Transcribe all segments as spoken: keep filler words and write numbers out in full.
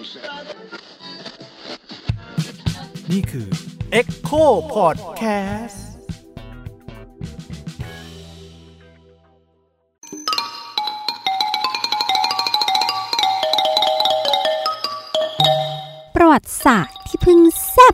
นี่คือ Echo Podcast ประวัติศาสตร์ที่เพิ่งแซ่บ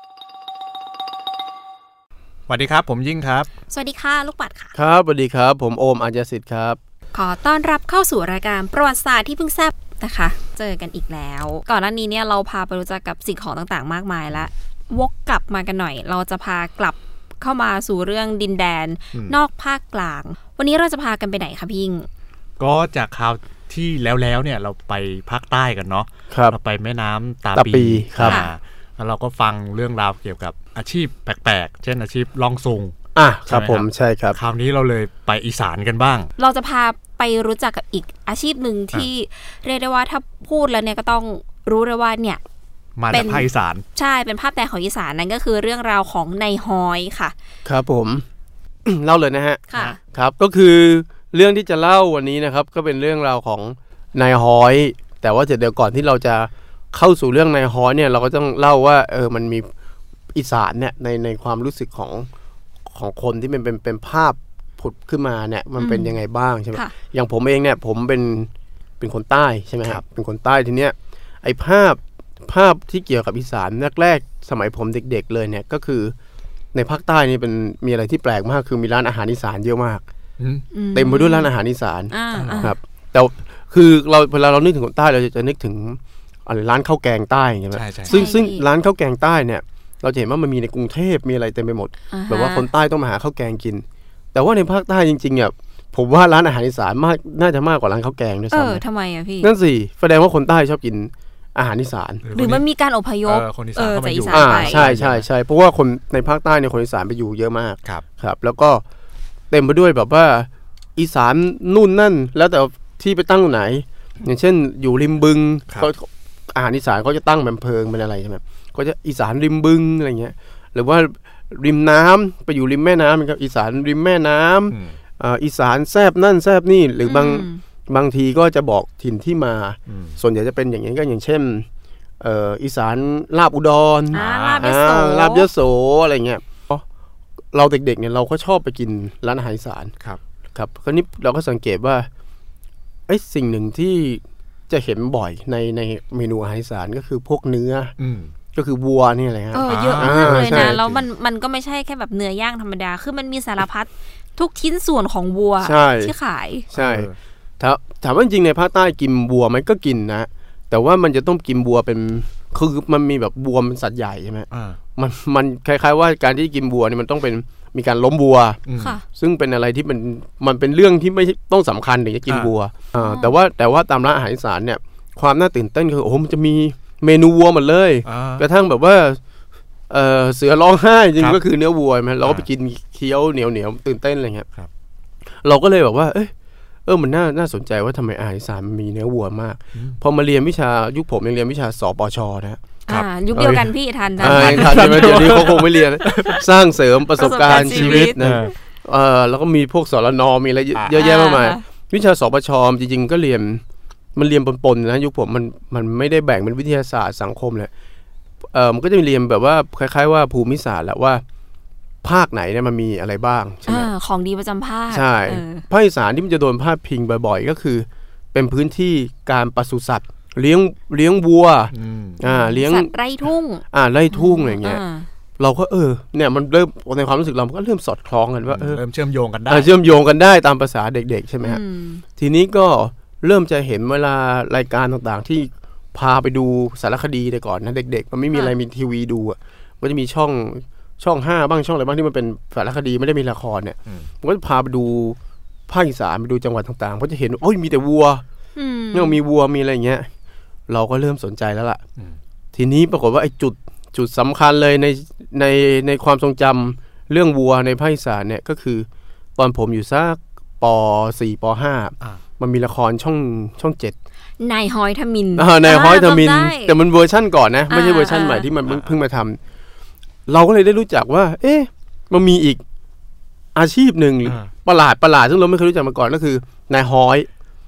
สวัสดีครับผมยิ่งครับสวัสดีค่ะลูกปัดค่ะครับสวัสดีครับผมโอมอาญาสิทธิ์ครับขอต้อนรับเข้าสู่รายการประวัติศาสตร์ที่เพิ่งแซ่บนะคะเจอกันอีกแล้วก่อนหน้านี้เนี่ยเราพาไปรู้จักกับสิ่งของต่างๆมากมายแล้ววกกลับมากันหน่อยเราจะพากลับเข้ามาสู่เรื่องดินแดนนอกภาคกลางวันนี้เราจะพากันไปไหนคะพี่ยิ่งก็จากคราวที่แล้วๆเนี่ยเราไปภาคใต้กันเนาะเราไปแม่น้ำตาปีครับแล้วเราก็ฟังเรื่องราวเกี่ยวกับอาชีพแปลกๆเช่นอาชีพล่องซุงอ่ะครับผมใช่ครับคราวนี้เราเลยไปอีสานกันบ้างเราจะพาไปรู้จักกับอีกอาชีพหนึ่งที่เรียกได้ว่าถ้าพูดแล้วเนี่ยก็ต้องรู้เลยว่าเนี่ยมาจากภาคอีสานใช่เป็นภาพแดงของอีสานนั่นก็คือเรื่องราวของนายฮอยค่ะครับผม เล่าเลยนะฮะค่ะครับก็คือเรื่องที่จะเล่าวันนี้นะครับก็เป็นเรื่องราวของนายฮอยแต่ว่าเดี๋ยวก่อนที่เราจะเข้าสู่เรื่องนายฮอยเนี่ยเราก็ต้องเล่าว่าเออมันมีอีสานเนี่ยในในความรู้สึกของของคนที่เป็นเป็นเป็นภาพผุดขึ้นมาเนี่ยมันเป็นยังไงบ้างใช่ไหมอย่างผมเองเนี่ยผมเป็นเป็นคนใต้ใช่ไหมครับเป็นคนใต้ทีเนี้ยไอ้ภาพภาพที่เกี่ยวกับอีสานแรกๆสมัยผมเด็กๆเลยเนี่ยก็คือในภาคใต้นี่เป็นมีอะไรที่แปลกมากคือมีร้านอาหารอีสานเยอะมากเต็มไปด้วยร้านอาหารอีสานครับแต่คือเราเวลาเรานึกถึงคนใต้เราจะนึกถึงอะไรร้านข้าวแกงใต้ใช่ไหมซึ่งซึ่งร้านข้าวแกงใต้เนี่ยเราจะเห็นว่ามันมีในกรุงเทพมีอะไรเต็มไปหมดแบบว่าคนใต้ต้องมาหาข้าวแกงกินแต่ว่าในภาคใต้จริงๆเนี่ยผมว่าร้านอาหารอีสานมากน่าจะมากกว่าร้านข้าวแกงด้วยซ้ำเออทำไมอะพี่นั่นสิแสดงว่าคนใต้ชอบกินอาหารอีสานหรือมันมีการอพยพเออจากอีสานไปใช่ใช่ใช่เพราะว่าคนในภาคใต้เนี่ยคนอีสานไปอยู่เยอะมากครับครับแล้วก็เต็มไปด้วยแบบว่าอีสานนู่นนั่นแล้วแต่ที่ไปตั้งไหนอย่างเช่นอยู่ริมบึงเขาอาหารอีสานเขาจะตั้งแบบเพลิงเป็นอะไรใช่ไหมก็จะอีสานริมบึงอะไรเงี้ยหรือว่าริมน้ำไปอยู่ริมแม่น้ำครับอีสานริมแม่น้ำอ่าอีสานแซบนั่นแซบนี่หรือบางบางทีก็จะบอกถิ่นที่มาส่วนใหญ่จะเป็นอย่างนี้ก็อย่างเช่นเอ่ออีสานลาบอุดรลาบยโสลาบยโสอะไรเงี้ยเราเด็กๆเนี่ยเราก็ชอบไปกินร้านอาหารอีสานครับครับคราวนี้เราก็สังเกตว่าไอ้สิ่งหนึ่งที่จะเห็นบ่อยในในเมนูอาหารอีสานก็คือพวกเนื้อก็คือวัวนี่อะไรฮะเออเยอะมากเลยนะแล้วมันมันก็ไม่ใช่แค่แบบเนื้อย่างธรรมดาคือมันมีสารพัดทุกชิ้นส่วนของวัวที่ขายใช่ถามถามว่าจริงในภาคใต้กินวัวมันก็กินนะแต่ว่ามันจะต้องกินวัวเป็นคือมันมีแบบวัวเป็นสัตว์ใหญ่ใช่ไหมมันมันคล้ายๆว่าการที่กินวัวเนี่ยมันต้องเป็นมีการล้มวัวซึ่งเป็นอะไรที่มันมันเป็นเรื่องที่ไม่ต้องสำคัญถึงจะกินวัวแต่ว่าแต่ว่าตามร้านอาหารอีสานเนี่ยความน่าตื่นเต้นคือโอ้โหมันจะมีเมนูวัวหมดเลยกระทั่งแบบว่าเอ่อเสือร้องไห้จริงก็คือเนื้อวัวไหมเราก็ไปกินเคี้ยวเหนียวเหนียวตื่นเต้นอะไรเงี้ยเราก็เลยแบบว่าเอ้ยเออมันน่าน่าสนใจว่าทำไมอาหารอีสานมีเนื้อวัวมากพอมาเรียนวิชายุคผมยังเรียนวิชาสปชนะอ่ายุคเดียวกันพี่ทันทันทันเดี๋ยวนี้เขาคงไม่เรียนสร้างเสริมประสบการณ์ชีวิตนะเออแล้วก็มีพวกสรนมีอะไรเยอะแยะมากมายวิชาสปชจริงๆก็เรียนมันเรียนปนๆนะยุคผมมันมันไม่ได้แบ่งเป็นวิทยาศาสตร์สังคมเลยเออมันก็จะมีเรียนแบบว่าคล้ายๆว่าภูมิศาสตร์แหละว่าภาคไหนเนี่ยมันมีอะไรบ้างใช่ไหมของดีประจำภาคใช่ภาคอีสานที่มันจะโดนพาดพิงบ่อยๆก็คือเป็นพื้นที่การปศุสัตว์เลี้ยงเลี้ยงวัวอ่าเลี้ยงสัตว์ไร่ทุ่งอ่าไร่ทุ่งอะไรเงี้ยเราก็เออเนี่ยมันเริ่มในความรู้สึกเราก็เริ่มสอดคล้องกันว่าเออเริ่มเชื่อมโยงกันได้เชื่อมโยงกันได้ตามภาษาเด็กๆใช่ไหมฮะทีนี้ก็เริ่มจะเห็นเวลารายการต่างๆที่พาไปดูสารคดีแต่ก่อนนะเด็กๆมันไม่มีอะไรมีทีวีดูอ่ะก็จะมีช่องช่องห้าบ้างช่องอะไรบ้างที่มันเป็นสารคดีไม่ได้มีละครเนี่ยมันก็จะพาไปดูภาคอีสานไปดูจังหวัดต่างๆก็จะเห็นโอ้ยมีแต่วัวเนี่ยมีวัวมีอะไรอย่างเงี้ยเราก็เริ่มสนใจแล้วล่ะทีนี้ปรากฏว่าไอ้จุดจุดสำคัญเลยในในในความทรงจำเรื่องวัวในภาคอีสานเนี่ยก็คือตอนผมอยู่สักป.สี่ ป.ห้า มันมีละครช่องช่องเจ็ดนายฮอยทมินนายฮอยทมินแต่มันเวอร์ชั่นก่อนนะไม่ใช่เวอร์ชั่นใหม่ที่มันเพิ่งมาทำเราก็เลยได้รู้จักว่าเอ๊ะมันมีอีกอาชีพหนึ่งประหลาดประหลาดซึ่งเราไม่เคยรู้จักมาก่อนก็คือนายฮอยเ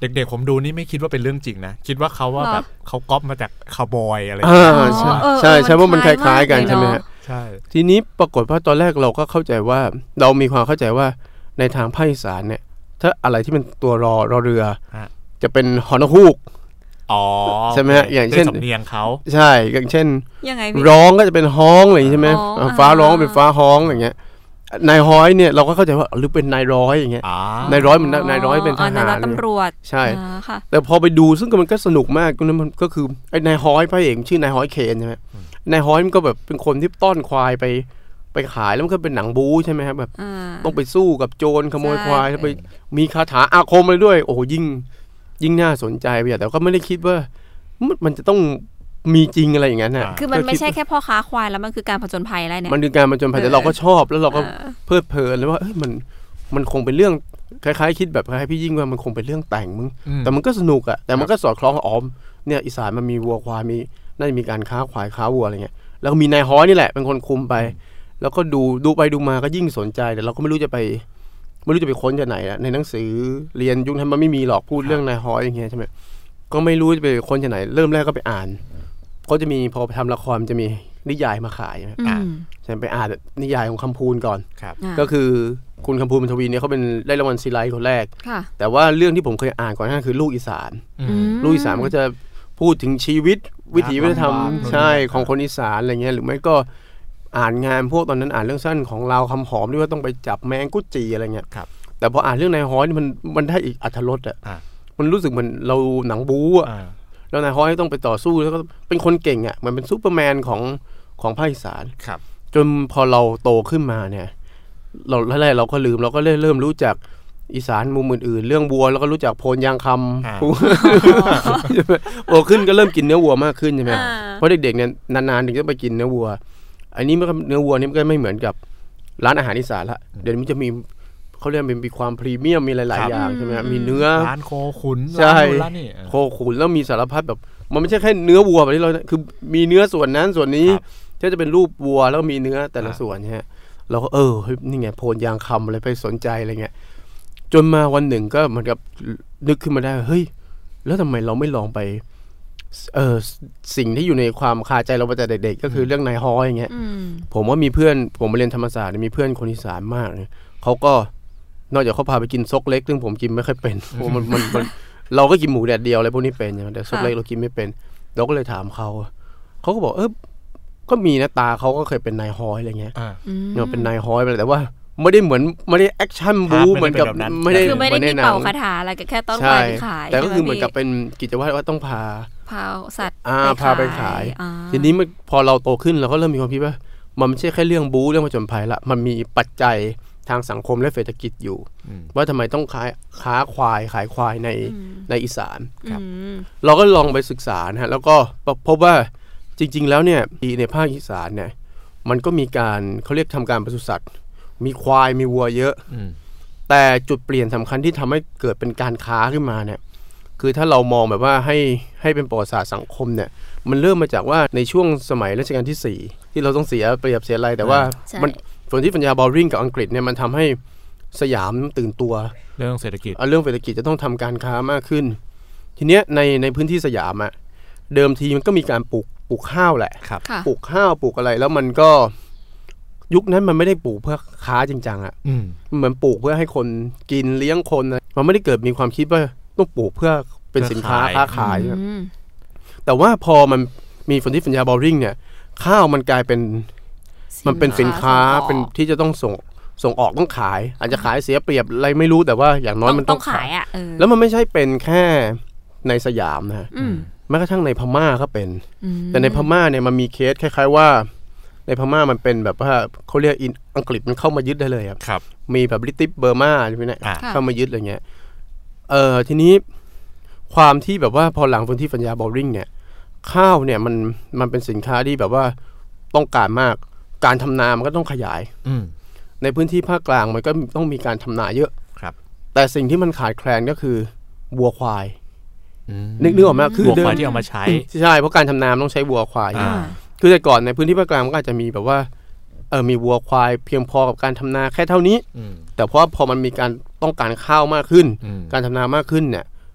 เด็กๆผมดูนี่ไม่คิดว่าเป็นเรื่องจริงนะคิดว่าเขาว่าแบบเขาก๊อปมาจากคาวบอยอะไรอ่าใช่ใช่ใช่ว่ามันคล้ายๆกันใช่ไหมฮะใช่ทีนี้ปรากฏว่าตอนแรกเราก็เข้าใจว่าเรามีความเข้าใจว่าในทางภาคอีสานเนี่ยถ้าอะไรที่เป็นตัวรอรอเรือจะเป็นฮอนฮูกอ๋อใช่ไหมฮะอย่างเช่นสำเนียงเขาใช่อย่างเช่นยังไงร้องก็จะเป็นฮ้องอะไรใช่ไหมฟ้าร้องเป็นฟ้าฮ้องอย่างเงี้ยนายฮ้อยเนี่ยเราก็เข้าใจว่าหรือเป็นนายร้อยอย่างเงี้ยนายร้อยมันนายร้อยเป็นทหารตำรวจใช่แต่พอไปดูซึ่งมันก็สนุกมากมันก็คือไอ้นายฮ้อยพระเอกชื่อนายฮ้อยเคนใช่ไหมนายฮ้อยมันก็แบบเป็นคนที่ต้อนควายไปไปขายแล้วมันก็เป็นหนังบู๊ใช่ไหมครับแบบต้องไปสู้กับโจรขโมยควายแล้วไปมีคาถาอาคมอะไรด้วยโอ้โหยิ่งยิ่งน่าสนใจไปอย่างแต่ก็ไม่ได้คิดว่ามันจะต้องมีจริงอะไรอย่างนั้นน่ะคือมันไม่ใช่แค่พ่อค้าควายแล้วมันคือการผจญภัยอะไรเนี่ยมันคือการผจญภัยแต่เราก็ชอบแล้วเราก็เพลิดเพลินเลยว่าเอ้ยมันมันคงเป็นเรื่องคล้ายๆคิดแบบคล้ายๆพี่ยิ่งว่ามันคงเป็นเรื่องแต่งมึงแต่มันก็สนุกอ่ะแต่มันก็สอดคล้องกับอ๋อเนี่ยอีสานมันมีวัวควายมีน่าจะมีการค้าควายค้าวัวอะไรเงี้ยแล้วก็มีนายฮ้อยนี่แหละเป็นคนคุมไปแล้วก็ดูดูไปดูมาก็ยิ่งสนใจแต่เราก็ไม่รู้จะไปไม่รู้จะไปค้นจากไหนอะในหนังสือเรียนยุคนั้นมันไม่มีหรอกพูดเรื่องนายฮ้อยอย่างเงี้ยใช่ไหมก็ไม่รู้จะไปค้นจากไหนเริ่มแรกก็ไปอ่านเขาจะมีพอไปทำละครจะมีนิยายมาขายใช่ไหมฉันไปอ่านนิยายของคำพูนก่อนก็คือคุณคำพูนบรรทวีเนี่ยเขาเป็นได้รางวัลซีไลท์คนแรกแต่ว่าเรื่องที่ผมเคยอ่านก่อนหน้าคือลูกอีสานลูกอีสานก็จะพูดถึงชีวิตวิถีวัฒนธรรมใช่ของคนอีสานอะไรเงี้ยหรือไม่ก็อ่านงานพวกตอนนั้นอ่านเรื่องสั้นของเราคำหอมที่ว่าต้องไปจับแมงกุจีอะไรเงี้ยแต่พออ่านเรื่องนายฮ้อยมันมันได้อีกอรรถรสอ่ะมันรู้สึกเหมือนเราหนังบู๊อ่ะแล้วนายฮ้อยต้องไปต่อสู้แล้วก็เป็นคนเก่งอ่ะมันเป็นซูเปอร์แมนของของภาคอีสานจนพอเราโตขึ้นมาเนี่ยเราแรกเราก็ลืมเราก็เริ่มรู้จักอีสานมุมอื่นๆเรื่องวัวแล้วก็รู้จักโพนยางคำโตขึ้นก็เริ่มกินเนื้อวัวมากขึ้นใช่ไหมเพราะเด็กๆเนี่ยนานๆถึงจะไปกินเนื้อวัวอันนี้มันเนื้อวัวนี่มันก็ไม่เหมือนกับร้านอาหารอีสานละเดี๋ยวมันจะมีเขาเรียกเป็นมีความพรีเมียมมีหลายๆอย่างใช่ไหมมีเนื้อร้านโคขุนใช่โคขุนแล้วมีสารพัดแบบมันไม่ใช่แค่เนื้อวัวแบบที่เราคือมีเนื้อส่วนนั้นส่วนนี้ที่จะเป็นรูปวัวแล้วมีเนื้อแต่ละส่วนใช่ไหมเราก็เออนี่ไงโพนยางคำอะไรไปสนใจอะไรเงี้ยจนมาวันหนึ่งก็เหมือนกับนึกขึ้นมาได้เฮ้ยแล้วทำไมเราไม่ลองไปเออสิ่งที่อยู่ในความคาใจเราตั้งแต่เด็กๆก็คือเรื่องนายฮ้อยอย่างเงี้ยผมว่ามีเพื่อนผมมาเรียนธรรมศาสตร์มีเพื่อนคนอีสานมากเลยเขาก็นอกจากเขาพาไปกินซกเล็กซึ่งผมกินไม่ค่อยเป็นมันมันมันเราก็กินหมูแดดเดียวอะไรพวกนี้เป็นแต่ซกเล็กเรากินไม่เป็นเราก็เลยถามเขาเขาก็บอกเออก็มีนะตาเขาก็เคยเป็นนายฮ้อยอะไรเงี้ยเนาะเป็นนายฮ้อยไปแต่ว่าไม่ได้เหมือนไม่ได้แอคชั่นบู๊เหมือนกับไม่ได้คือไม่ได้มีเป่าคาถาอะไรแค่ต้นไม้ขายแต่ก็คือเหมือนกับเป็นกิจวัตรว่าต้องพาพาสัตว์พาไปขายทีนี้พอเราโตขึ้นเราก็เริ่มมีความคิดว่ามันไม่ใช่แค่เรื่องบู๊เรื่องผจญภัยละมันมีปัจจัยทางสังคมและเศรษฐกิจอยู่ว่าทำไมต้องค้าค้าควายขายควายในในอีสานเราก็ลองไปศึกษานะฮะแล้วก็พบว่าจริงๆแล้วเนี่ยในภาคอีสานเนี่ยมันก็มีการเขาเรียกทำการปศุสัตว์มีควายมีวัวเยอะแต่จุดเปลี่ยนสำคัญที่ทำให้เกิดเป็นการค้าขึ้นมาเนี่ยคือถ้าเรามองแบบว่าให้ให้เป็นประวัติศาสตร์สังคมเนี่ยมันเริ่มมาจากว่าในช่วงสมัยรัชกาลที่สี่ที่เราต้องเสียเปรียบเสียอะไรแต่ว่ามันส่วนที่ปัญญาบอลริงกับอังกฤษเนี่ยมันทำให้สยามตื่นตัวเรื่องเศรษฐกิจเรื่องเศรษฐกิจจะต้องทำการค้ามากขึ้นทีเนี้ยในในพื้นที่สยามอะเดิมทีมันก็มีการปลูกปลูกข้าวแหละปลูกข้าวปลูกอะไรแล้วมันก็ยุคนั้นมันไม่ได้ปลูกเพื่อค้าจริงจังอ่ะเหมือนปลูกเพื่อให้คนกินเลี้ยงคนมันไม่ได้เกิดมีความคิดว่าต้องปลูกเพื่อเป็นสินค้าค้าขายแต่ว่าพอมันมีฝนที่ปัญญาบอลริงเนี่ยข้าวมันกลายเป็นมันเป็นสินค้าเป็นที่จะต้องส่งส่งออกต้องขายอาจจะขายเสียเปรียบอะไรไม่รู้แต่ว่าอย่างน้อยมันต้องขายแล้วมันไม่ใช่เป็นแค่ในสยามนะแม้กระทั่งในพม่าก็เป็นแต่ในพม่าเนี่ยมันมีเคสคล้ายๆว่าในพม่ามันเป็นแบบว่าเขาเรียกอังกฤษมันเข้ามายึดได้เลยครับมีแบบบริติชเบอร์มาใช่ไหมเนี่ยเข้ามายึดอะไรเงี้ยเออทีนี้ความที่แบบว่าพอหลังฝนที่ปัญญาบอลริงเนี่ยข้าวเนี่ยมันมันเป็นสินค้าที่แบบว่าต้องการมากการทำนามันก็ต้องขยายในพื้นที่ภาคกลางมันก็ต้องมีการทำนาเยอะแต่สิ่งที่มันขาดแคลนก็คือวัวควายนึกนึกออกไหมคือวัวควายที่เอามาใช้ใช่เพราะการทำนาต้องใช้วัวควายคือแต่ก่อนในพื้นที่ภาคกลางมันก็อาจจะมีแบบว่าเออมีวัวควายเพียงพอกับการทำนาแค่เท่านี้แต่เพราะพอมันมีการต้องการข้าวมากขึ้นการทำนามากขึ้นเนี่ย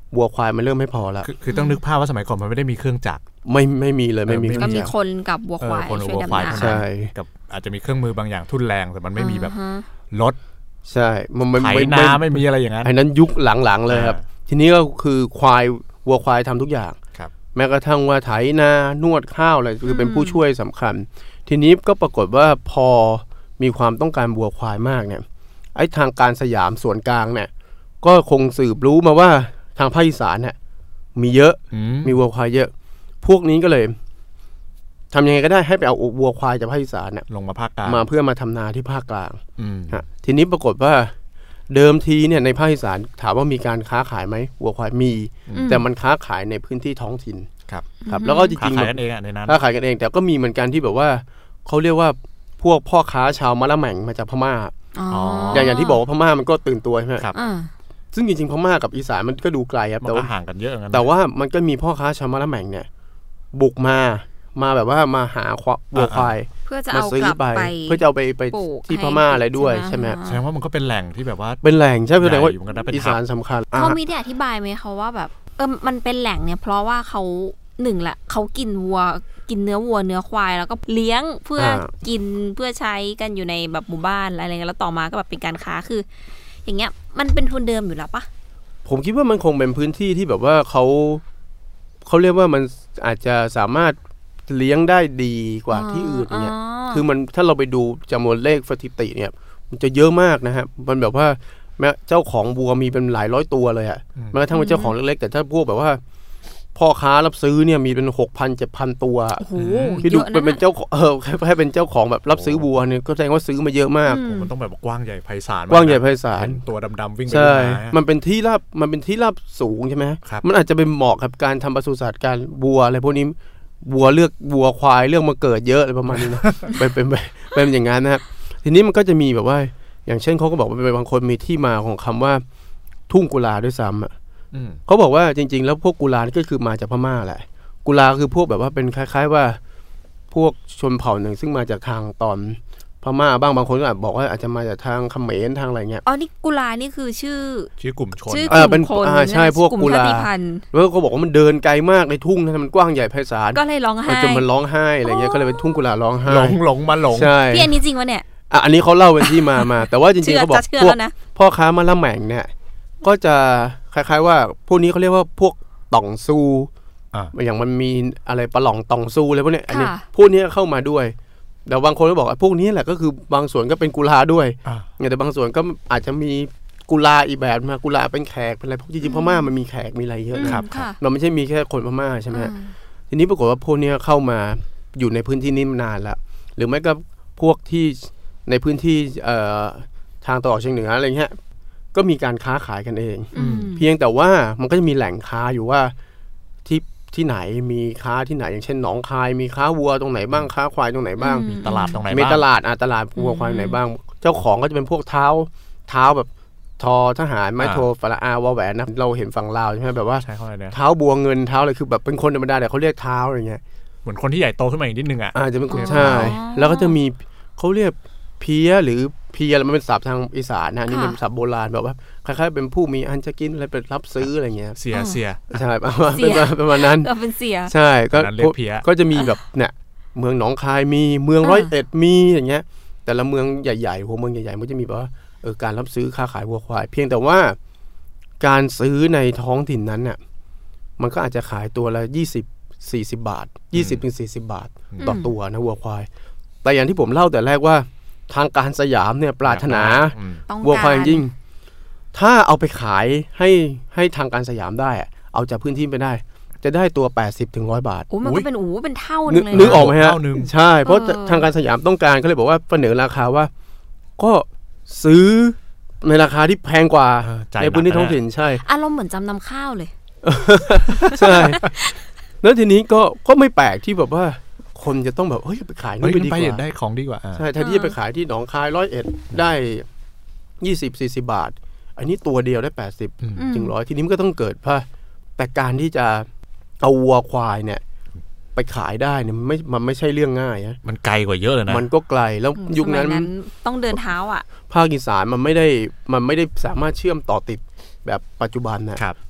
วัวควายมันเริ่มไม่พอแล้วคือคือต้องนึกภาพว่าสมัยก่อนมันไม่ได้มีเครื่องจักรไม่ไม่มีเลยไม่มีก็มีคนกับวัวควายช่วยดำน้ำใช่กับอาจจะมีเครื่องมือบางอย่างทุ่นแรงแต่มันไม่มีแบบรถใช่มันไม่ไถนาไม่มีอะไรอย่างนั้นไอ้นั้นยุคหลังๆเลยครับทีนี้ก็คือควายวัวควายทำทุกอย่างแม้กระทั่งว่าไถนานวดข้าวอะไรคือเป็นผู้ช่วยสำคัญทีนี้ก็ปรากฏว่าพอมีความต้องการวัวควายมากเนี่ยไอ้ทางการสยามส่วนกลางเนี่ยก็คงสืบรู้มาว่าทางภาคอีสานเนี่ยมีเยอะมีวัวควายเยอะพวกนี้ก็เลยทำยังไงก็ได้ให้ไปเอาวัวควายจากภาคอีสานเนี่ยลงมาภาคกลางมาเพื่อมาทำนาที่ภาคกลางฮะทีนี้ปรากฏว่าเดิมทีเนี่ยในภาคอีสานถามว่ามีการค้าขายไหมวัวควายมีแต่มันค้าขายในพื้นที่ท้องถิ่นครับครับแล้วก็จริงๆค้าขายกันเองอ่ะในนั้นค้าขายกันเองแต่ก็มีเหมือนกันที่แบบว่าเขาเรียกว่าพวกพ่อค้าชาวมะละแหม่งมาจากพม่าอย่างอย่างที่บอกว่าพม่ามันก็ตื่นตัวใช่ไหมครับซึ่งจริงๆพม่ากับอีสานมันก็ดูไกลครับแต่ว่าห่างกันเยอะแต่ว่ามันก็มีพ่อค้าชาวมะละแหม่งเนี่ยบุกมามาแบบว่ามาหาวัวควายเพื่อจะเอากลับไปเพื่อจะเอาไปไปที่พม่าอะไรด้วยใช่ไหมแสดงว่ามันก็เป็นแหล่งที่แบบว่าเป็นแหล่งใช่แสดงว่าอีสานสำคัญเขามีได้อธิบายไหมเขาว่าแบบเออมันเป็นแหล่งเนี่ยเพราะว่าเขาหนึ่งแหละเขากินวัวกินเนื้อวัวเนื้อควายแล้วก็เลี้ยงเพื่อกินเพื่อใช้กันอยู่ในแบบหมู่บ้านอะไรเงี้ยแล้วต่อมาก็แบบเป็นการค้าคืออย่างเงี้ยมันเป็นทุนเดิมอยู่แล้วปะผมคิดว่ามันคงเป็นพื้นที่ที่แบบว่าเขาเขาเรียกว่ามันอาจจะสามารถเลี้ยงได้ดีกว่าที่อื่นเนี่ยคือมันถ้าเราไปดูจำนวนเลขสถิติเนี่ยมันจะเยอะมากนะฮะมันแบบว่าแม้เจ้าของวัวมีเป็นหลายร้อยตัวเลยอ่ะแม้กระทั่งเป็นเจ้าของเล็กๆแต่ถ้าพวกแบบว่าพ่อค้ารับซื้อเนี่ยมีเป็น หกพัน เจ็ดพัน ตัวพี่ดูเป็นเจ้าเออแค่แค่เป็นเจ้าของแบบรับซื้อวัวเนี่ยก็แสดงว่าซื้อมาเยอะมากมันต้องแบบกว้างใหญ่ไพศาลกว้างใหญ่ไพศาลตัวดำๆวิ่งไปใช่มันเป็นที่ราบมันเป็นที่ราบสูงใช่ไหมมันอาจจะเป็นเหมาะกับการทำปศุสัตว์การวัวอะไรพวกนี้วัวเลือกวัวควายเรื่องมาเกิดเยอะอะไรประมาณนี้นะเป็นเป็นเป็นอย่างนั้นนะครับทีนี้มันก็จะมีแบบว่าอย่างเช่นเขาก็บอกว่าบางคนมีที่มาของคำว่าทุ่งกุลาด้วยซ้ำอ่ะเขาบอกว่าจริงๆแล้วพวกกุลาก็คือมาจากพม่าแหละกุลาคือพวกแบบว่าเป็นคล้ายๆว่าพวกชนเผ่าหนึ่งซึ่งมาจากทางตอนพม่าบ้างบางคนก็อาจบอกว่าอาจจะมาจากทางเขมรทางอะไรเงี้ยอ๋อนี่กุลานี่คือชื่อชื่อกลุ่มชนชื่อกลุ่มคนใช่พวกกุลาแล้วเขาบอกว่ามันเดินไกลมากในทุ่งนะมันกว้างใหญ่ไพศาลก็เลยร้องไห้จนมันร้องไห้อะไรเงี้ยก็เลยเป็นทุ่งกุลาร้องไห้หลงหลงมาหลงใช่พี่อันนี้จริงวะเนี่ยอ่ะอันนี้เขาเล่าเป็นที่มามาแต่ว่าจริงๆเขาบอกพวกพ่อค้ามะละแหม่งเนี่ยก็จะคล้ายๆว่าพวกนี้เขาเรียกว่าพวกต่องซูอย่างมันมีอะไรปลาหล่องต่องซูอะไรพวกนี้อันนี้พวกนี้เข้ามาด้วยแต่บางคนก็บอกว่าพวกนี้แหละก็คือบางส่วนก็เป็นกุลาด้วยแต่บางส่วนก็อาจจะมีกุลาอีกแบบมากุลาเป็นแขกเป็นอะไรเพราะจริงๆพม่ามันมีแขกมีอะไรเยอะครับเราไม่ใช่มีแค่คนพม่าใช่ไหมทีนี้ปรากฏว่าพวกนี้เข้ามาอยู่ในพื้นที่นี้มานานแล้วหรือไม่ก็พวกที่ในพื้นที่ทางตะวันออกเฉียงเหนืออะไรเงี้ยก็มีการค้าขายกันเองเพียงแต่ว่ามันก็จะมีแหล่งค้าอยู่ว่าที่ที่ไหนมีค้าที่ไหนอย่างเช่นหนองคายมีค้าวัวตรงไหนบ้างค้าควายตรงไหนบ้างมีตลาดตรงไหนบ้างมีตลาดอ่ะตลาดวัวควายไหนบ้างเจ้าของก็จะเป็นพวกเท้าเท้าแบบทอทหารไม้โทฝรั่งอาวาแหวนนะเราเห็นฝั่งลาวใช่ไหมแบบว่าเท้าบัวเงินเท้าอะไรคือแบบเป็นคนธรรมดาแต่เขาเรียกเท้าอะไรเงี้ยเหมือนคนที่ใหญ่โตขึ้นมาอีกนิดนึงอ่ะอาจจะเป็นคนใช่แล้วก็จะมีเขาเรียกเพี้ยหรือเพี้ยมันเป็นศัพท์ทางอีสานนะนี่เป็นศัพท์โบราณแบบว่าคล้ายๆเป็นผู้มีอันจะกินอะไรเป็นรับซื้ออะไรเงี้ยเสียเสียใช่ประมาณประมาณนั้นก็เป็นเสียใช่ก็ก็จะมีแบบเนี่ยเมืองหนองคายมีเมืองร้อยเอ็ดมีอย่างเงี้ยแต่ละเมืองใหญ่ๆหัวเมืองใหญ่ๆมันจะมีแบบว่าเออการรับซื้อค้าขายวัวควายเพียงแต่ว่าการซื้อในท้องถิ่นนั้นเนี่ยมันก็อาจจะขายตัวละยี่สิบ สี่สิบบาท ยี่สิบถึงสี่สิบบาทต่อตัวนะวัวควายแต่อย่างที่ผมเล่าแต่แรกว่าทางการสยามเนี่ยปรารถนาวัวควายยิ่งถ้าเอาไปขายให้ให้ทางการสยามได้เอาจากพื้นที่ไปได้จะได้ตัวแปดสิบถึงหนึ่งร้อยบาทโอ้มันก็เป็นโอ้เป็นเท่านึงเลยนึกออกไหมฮะใช่เพราะทางการสยามต้องการเขาเลยบอกว่าเสนอราคาว่าก็ซื้อในราคาที่แพงกว่าในพื้นที่ท้องถิ่นใช่อารมณ์เหมือนจำนำข้าวเลยใช่แล้วทีนี้ก็ก็ไม่แปลกที่แบบว่าคนจะต้องแบบเฮ้ยไปขายนู่นไปดีกว่าได้ของดีกว่าใช่แทนที่จะไปขายที่หนองคายร้อยเอ็ดได้ยี่สิบสี่สิบบาทอันนี้ตัวเดียวได้แปดสิบถึงร้อยทีนี้มันก็ต้องเกิดป่ะแต่การที่จะเอาวัวควายเนี่ยไปขายได้เนี่ยมันไม่มันไม่ใช่เรื่องง่ายนะมันไกลกว่าเยอะเลยนะมันก็ไกลแล้วยุคนั้นต้องเดินเท้าอ่ะภาคอีสานมันไม่ได้มันไม่ได้สามารถเชื่อมต่อติดแบบปัจจุบันนะ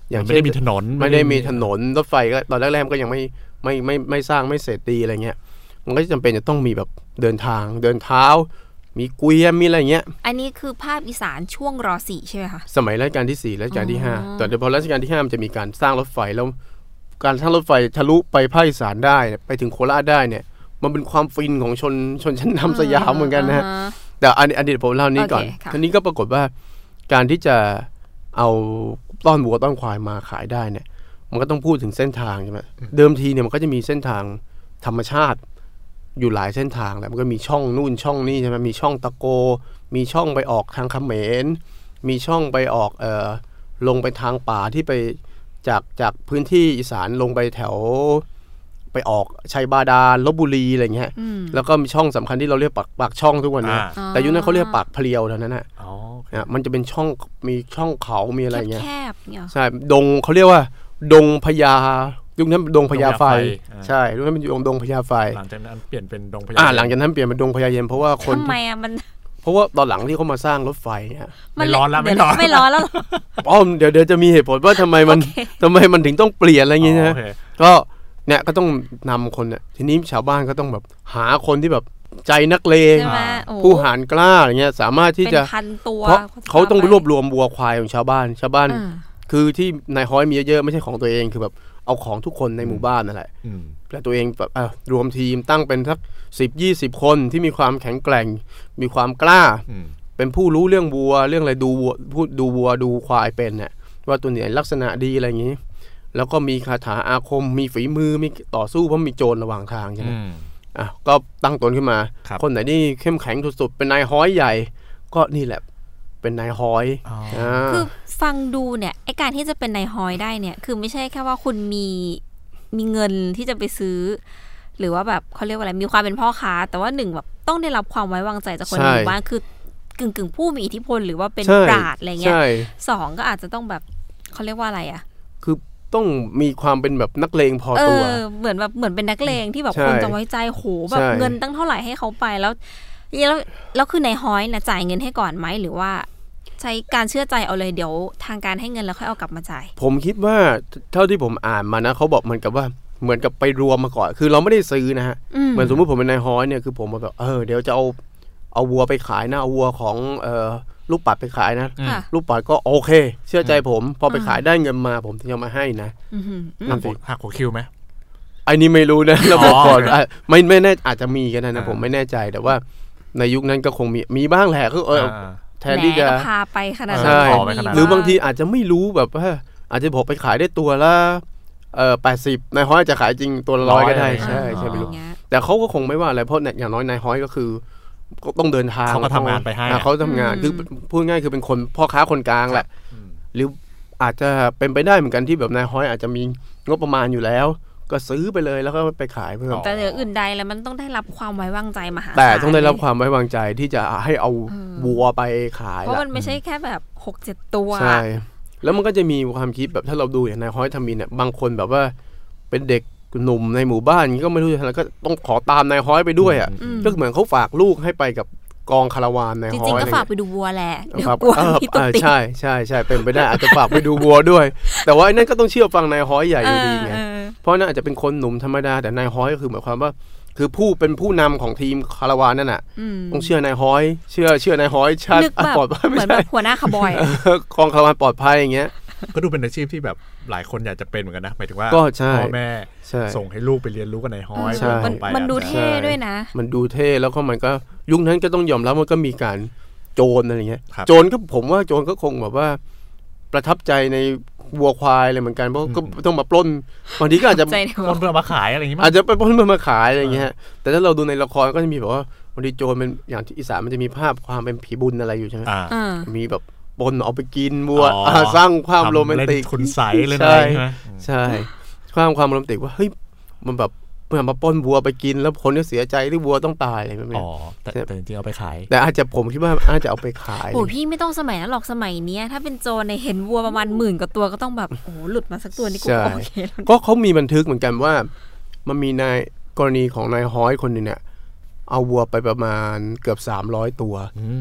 อย่างไม่ได้มีถนนไม่ได้มีถนนรถไฟก็ตอนแรกๆก็ยังไม่ไม่ไม่ไม่สร้างไม่เสร็จดีอะไรเงี้ยมันก็จำเป็นจะต้องมีแบบเดินทางเดินเท้ามีเกวียนมีอะไรเงี้ยอันนี้คือภาพอีสานช่วงรอสี่ใช่ไหมคะสมัยรัชกาลที่สี่รัชกาลที่ห้าแต่พอรัชกาลที่ห้ามันจะมีการสร้างรถไฟแล้วการสร้างรถไฟทะลุไปภาคอีสานได้ไปถึงโคราชได้เนี่ยมันเป็นความฟินของชนชนชั้นนำสยามเหมือนกันนะฮะแต่อันนี้อันนี้ผมเล่านี้ก่อนทีนี้ก็ปรากฏว่าการที่จะเอาต้อนวัวต้อนควายมาขายได้เนี่ยมันก็ต้องพูดถึงเส้นทางใช่ไหมเดิมทีเนี่ยมันก็จะมีเส้นทางธรรมชาติอยู่หลายเส้นทางแหละมันก็มีช่องนู่นช่องนี่ใช่ไหมมีช่องตะโกมีช่องไปออกทางเขมรมีช่องไปออกเอ่อลงไปทางป่าที่ไปจากจากพื้นที่อีสานลงไปแถวไปออกชัยบาดาลลพบุรีอะไรเงี้ยแล้วก็มีช่องสำคัญที่เราเรียกปากปากช่องทุกวันนี้แต่ยุคนั้นเขาเรียกปากเพลียวเท่านั้นนะมันจะเป็นช่องมีช่องเขามีอะไรเงี้ยใช่ดงเขาเรียกว่าดงพญายุคนั้นดงพญาไฟใช่ยุคนั้นเป็นดงพญาไฟหลังจากนั้นเปลี่ยนเป็นดงพญาอ่าหลังจากนั้นเปลี่ยนเป็นดงพญาเย็นเพราะว่าคนทำไมอ่ะมันเพราะว่าตอนหลังที่เขามาสร้างรถไฟฮะไม่ร้อนแล้วไม่ร้อนไม่ร้อนแล้วอ๋อเดี๋ยวเดี๋ยวจะมีเหตุผลว่าทำไมมันทำไมมันถึงต้องเปลี่ยนอะไรอย่างเงี้ยนะก็เนี่ยก็ต้องนำคนเนี่ยทีนี้ชาวบ้านก็ต้องแบบหาคนที่แบบใจนักเลงผู้หาญกล้าอะไรเงี้ยสามารถที่จะเพราะเขาต้องไปรวบรวมวัวควายของชาวบ้านชาวบ้านคือที่นายฮ้อยมีเยอะๆไม่ใช่ของตัวเองคือแบบเอาของทุกคนในหมู่บ้านนั่นแหละแล้วตัวเองแบบรวมทีมตั้งเป็นสักสิบยี่สิบคนที่มีความแข็งแกร่งมีความกล้าเป็นผู้รู้เรื่องวัวเรื่องอะไรดูวัวพูดดูวัวดูควายเป็นเนี่ยว่าตัวไหนลักษณะดีอะไรอย่างนี้แล้วก็มีคาถาอาคมมีฝีมือมีต่อสู้เพราะมีโจรระหว่างทางใช่ไหมอ่ะก็ตั้งตนขึ้นมาคนไหนที่เข้มแข็งสุดๆเป็นนายฮ้อยใหญ่ก็นี่แหละเป็นนายฮ้อยคือฟังดูเนี่ยไอการที่จะเป็นนายฮ้อยได้เนี่ยคือไม่ใช่แค่ว่าคุณมีมีเงินที่จะไปซื้อหรือว่าแบบเขาเรียกว่าอะไรมีความเป็นพ่อค้าแต่ว่าหนึ่งแบบต้องได้รับความไว้วางใจจากคนในหมู่บ้านคือกึ่งกึ่งผู้มีอิทธิพลหรือว่าเป็นปราชญ์อะไรเงี้ยสองก็อาจจะต้องแบบเขาเรียกว่าอะไรอ่ะคือต้องมีความเป็นแบบนักเลงพอตัวเหมือนแบบเหมือนเป็นนักเลงที่แบบคนจะไว้ใจโหแบบเงินตั้งเท่าไหร่ให้เขาไปแล้วแล้วแล้วคือนายฮ้อยนะจ่ายเงินให้ก่อนไหมหรือว่าใช้การเชื่อใจเอาเลยเดี๋ยวทางการให้เงินแล้วค่อยเอากลับมาจ่ายผมคิดว่าเท่าที่ผมอ่านมานะเขาบอกเหมือนกับว่าเหมือนกับไปรวมมาก่อนคือเราไม่ได้ซื้อนะฮะเหมือนสมมติผมเป็นนายฮ้อยเนี่ยคือผมแบบเออเดี๋ยวจะเอาเอาวัวไปขายนะเอาวัวของเอ่อลูกปัดไปขายนะลูกปัดก็โอเคเชื่อใจผมพอไปขายได้เงินมาผมจะมาให้นะนั่นสิหักหัวคิวไหมไอ้นี่ไม่รู้นะเราบอกก่อนไม่ไม่แน่อาจจะมีกันนะผมไม่แน่ใจแต่ว่าในยุคนั้นก็คงมีมีบ้างแหละคือเออแทนที่จะพาไปขนาดนั้นหรือบางทีอาจจะไม่รู้แบบว่าอาจจะบอกไปขายได้ตัวละเออแปดสิบนายฮ้อยจะขายจริงตัวละร้อยก็ได้ใช่ใช่ไม่รู้แต่เขาก็คงไม่ว่าอะไรเพราะอย่างน้อยนายฮ้อยก็คือก็ต้องเดินทางเขาก็ทำงานไปให้เขาทำงานคือพูดง่ายคือเป็นคนพ่อค้าคนกลางแหละหรืออาจจะเป็นไปได้เหมือนกันที่แบบนายฮ้อยอาจจะมีงบประมาณอยู่แล้วก็ซื้อไปเลยแล้วก็ไปขายเพิ่มแต่อย่างอื่นใดแล้วมันต้องได้รับความไว้วางใจมหาศาลแต่ต้องได้รับความไว้วางใจที่จะให้เอาวัวไปขายเพราะมันไม่ใช่แค่แบบ หกเจ็ด ตัวใช่แล้วมันก็จะมีความคิดแบบถ้าเราดูอย่างนายฮ้อยทมินเนี่ยบางคนแบบว่าเป็นเด็กหนุ่มในหมู่บ้านก็ไม่รู้จะทำอะไรก็ต้องขอตามนายฮ้อยไปด้วยอ่ะก็เหมือนเขาฝากลูกให้ไปกับกองคาราวานนายฮ้อยจริงๆก็ฝากไปดูวัวแหละเดี๋ยวกลัวที่ตุ๊กติ๊กใช่ใช่ใช่เป็นไปได้อาจจะฝากไปดูวัวด้วยแต่ว่าไอ้นั่นก็ต้องเชื่อฟังนายฮ้อยใหญ่อยู่ดีไงเพราะนั่นอาจจะเป็นคนหนุ่มธรรมดาแต่นายฮ้อยก็คือหมายความว่าคือผู้เป็นผู้นำของทีมคาราวานนั่นน่ะต้องเชื่อนายฮ้อยเชื่อเชื่อนายฮ้อยชาติปลอดภัยเหมือนแบบหัวหน้าขบอยกองคาราวานปลอดภัยอย่างเงี้ยก็ดูเป็นอาชีพที่แบบหลายคนอยากจะเป็นเหมือนกันนะหมายถึงว่าพ่อแม่ส่งให้ลูกไปเรียนรู้กันในฮ้อยมันดูเท่ด้วยนะมันดูเท่แล้วก็มันก็ยุคนั้นก็ต้องยอมรับมันก็มีการโจรอะไรเงี้ยโจรก็ผมว่าโจรก็คงแบบว่าประทับใจในวัวควายอะไรเหมือนกันเพราะก็ต้องมาปล้นบางทีก็อาจจะปล้นเพื่อมาขายอะไรอย่างเงี้ยอาจจะไปปล้นเพื่อมาขายอะไรอย่างเงี้ยแต่ถ้าเราดูในละครก็จะมีแบบว่าบางทีโจรเป็นอย่างที่อีสานมันจะมีภาพความเป็นผีบุญอะไรอยู่ใช่ไหมมีแบบปนเอาไปกินวัวสร้างความโรแมนติกคุณใสเลยใช่ใช่สร้างความโรแมนติกว่าเฮ้ยมันแบบเมื่อมาป้นวัวไปกินแล้วคนก็เสียใจที่วัวต้องตายอะไรแบบนี้อ๋อแต่แต่จริงๆเอาไปขายแต่อาจจะผมคิดว่าอาจจะเอาไปขายโอ้พี่ไม่ต้องสมัยนั้นหรอกสมัยนี้ถ้าเป็นโจรในเห็นวัวประมาณหมื่นกว่าตัวก็ต้องแบบโอ้หลุดมาสักตัวนี่กูโอเคก็เขามีบันทึกเหมือนกันว่ามันมีนายกรณีของนายฮ้อยคนนึงเนี่ยเอาวัวไปประมาณเกือบสามร้อยตัว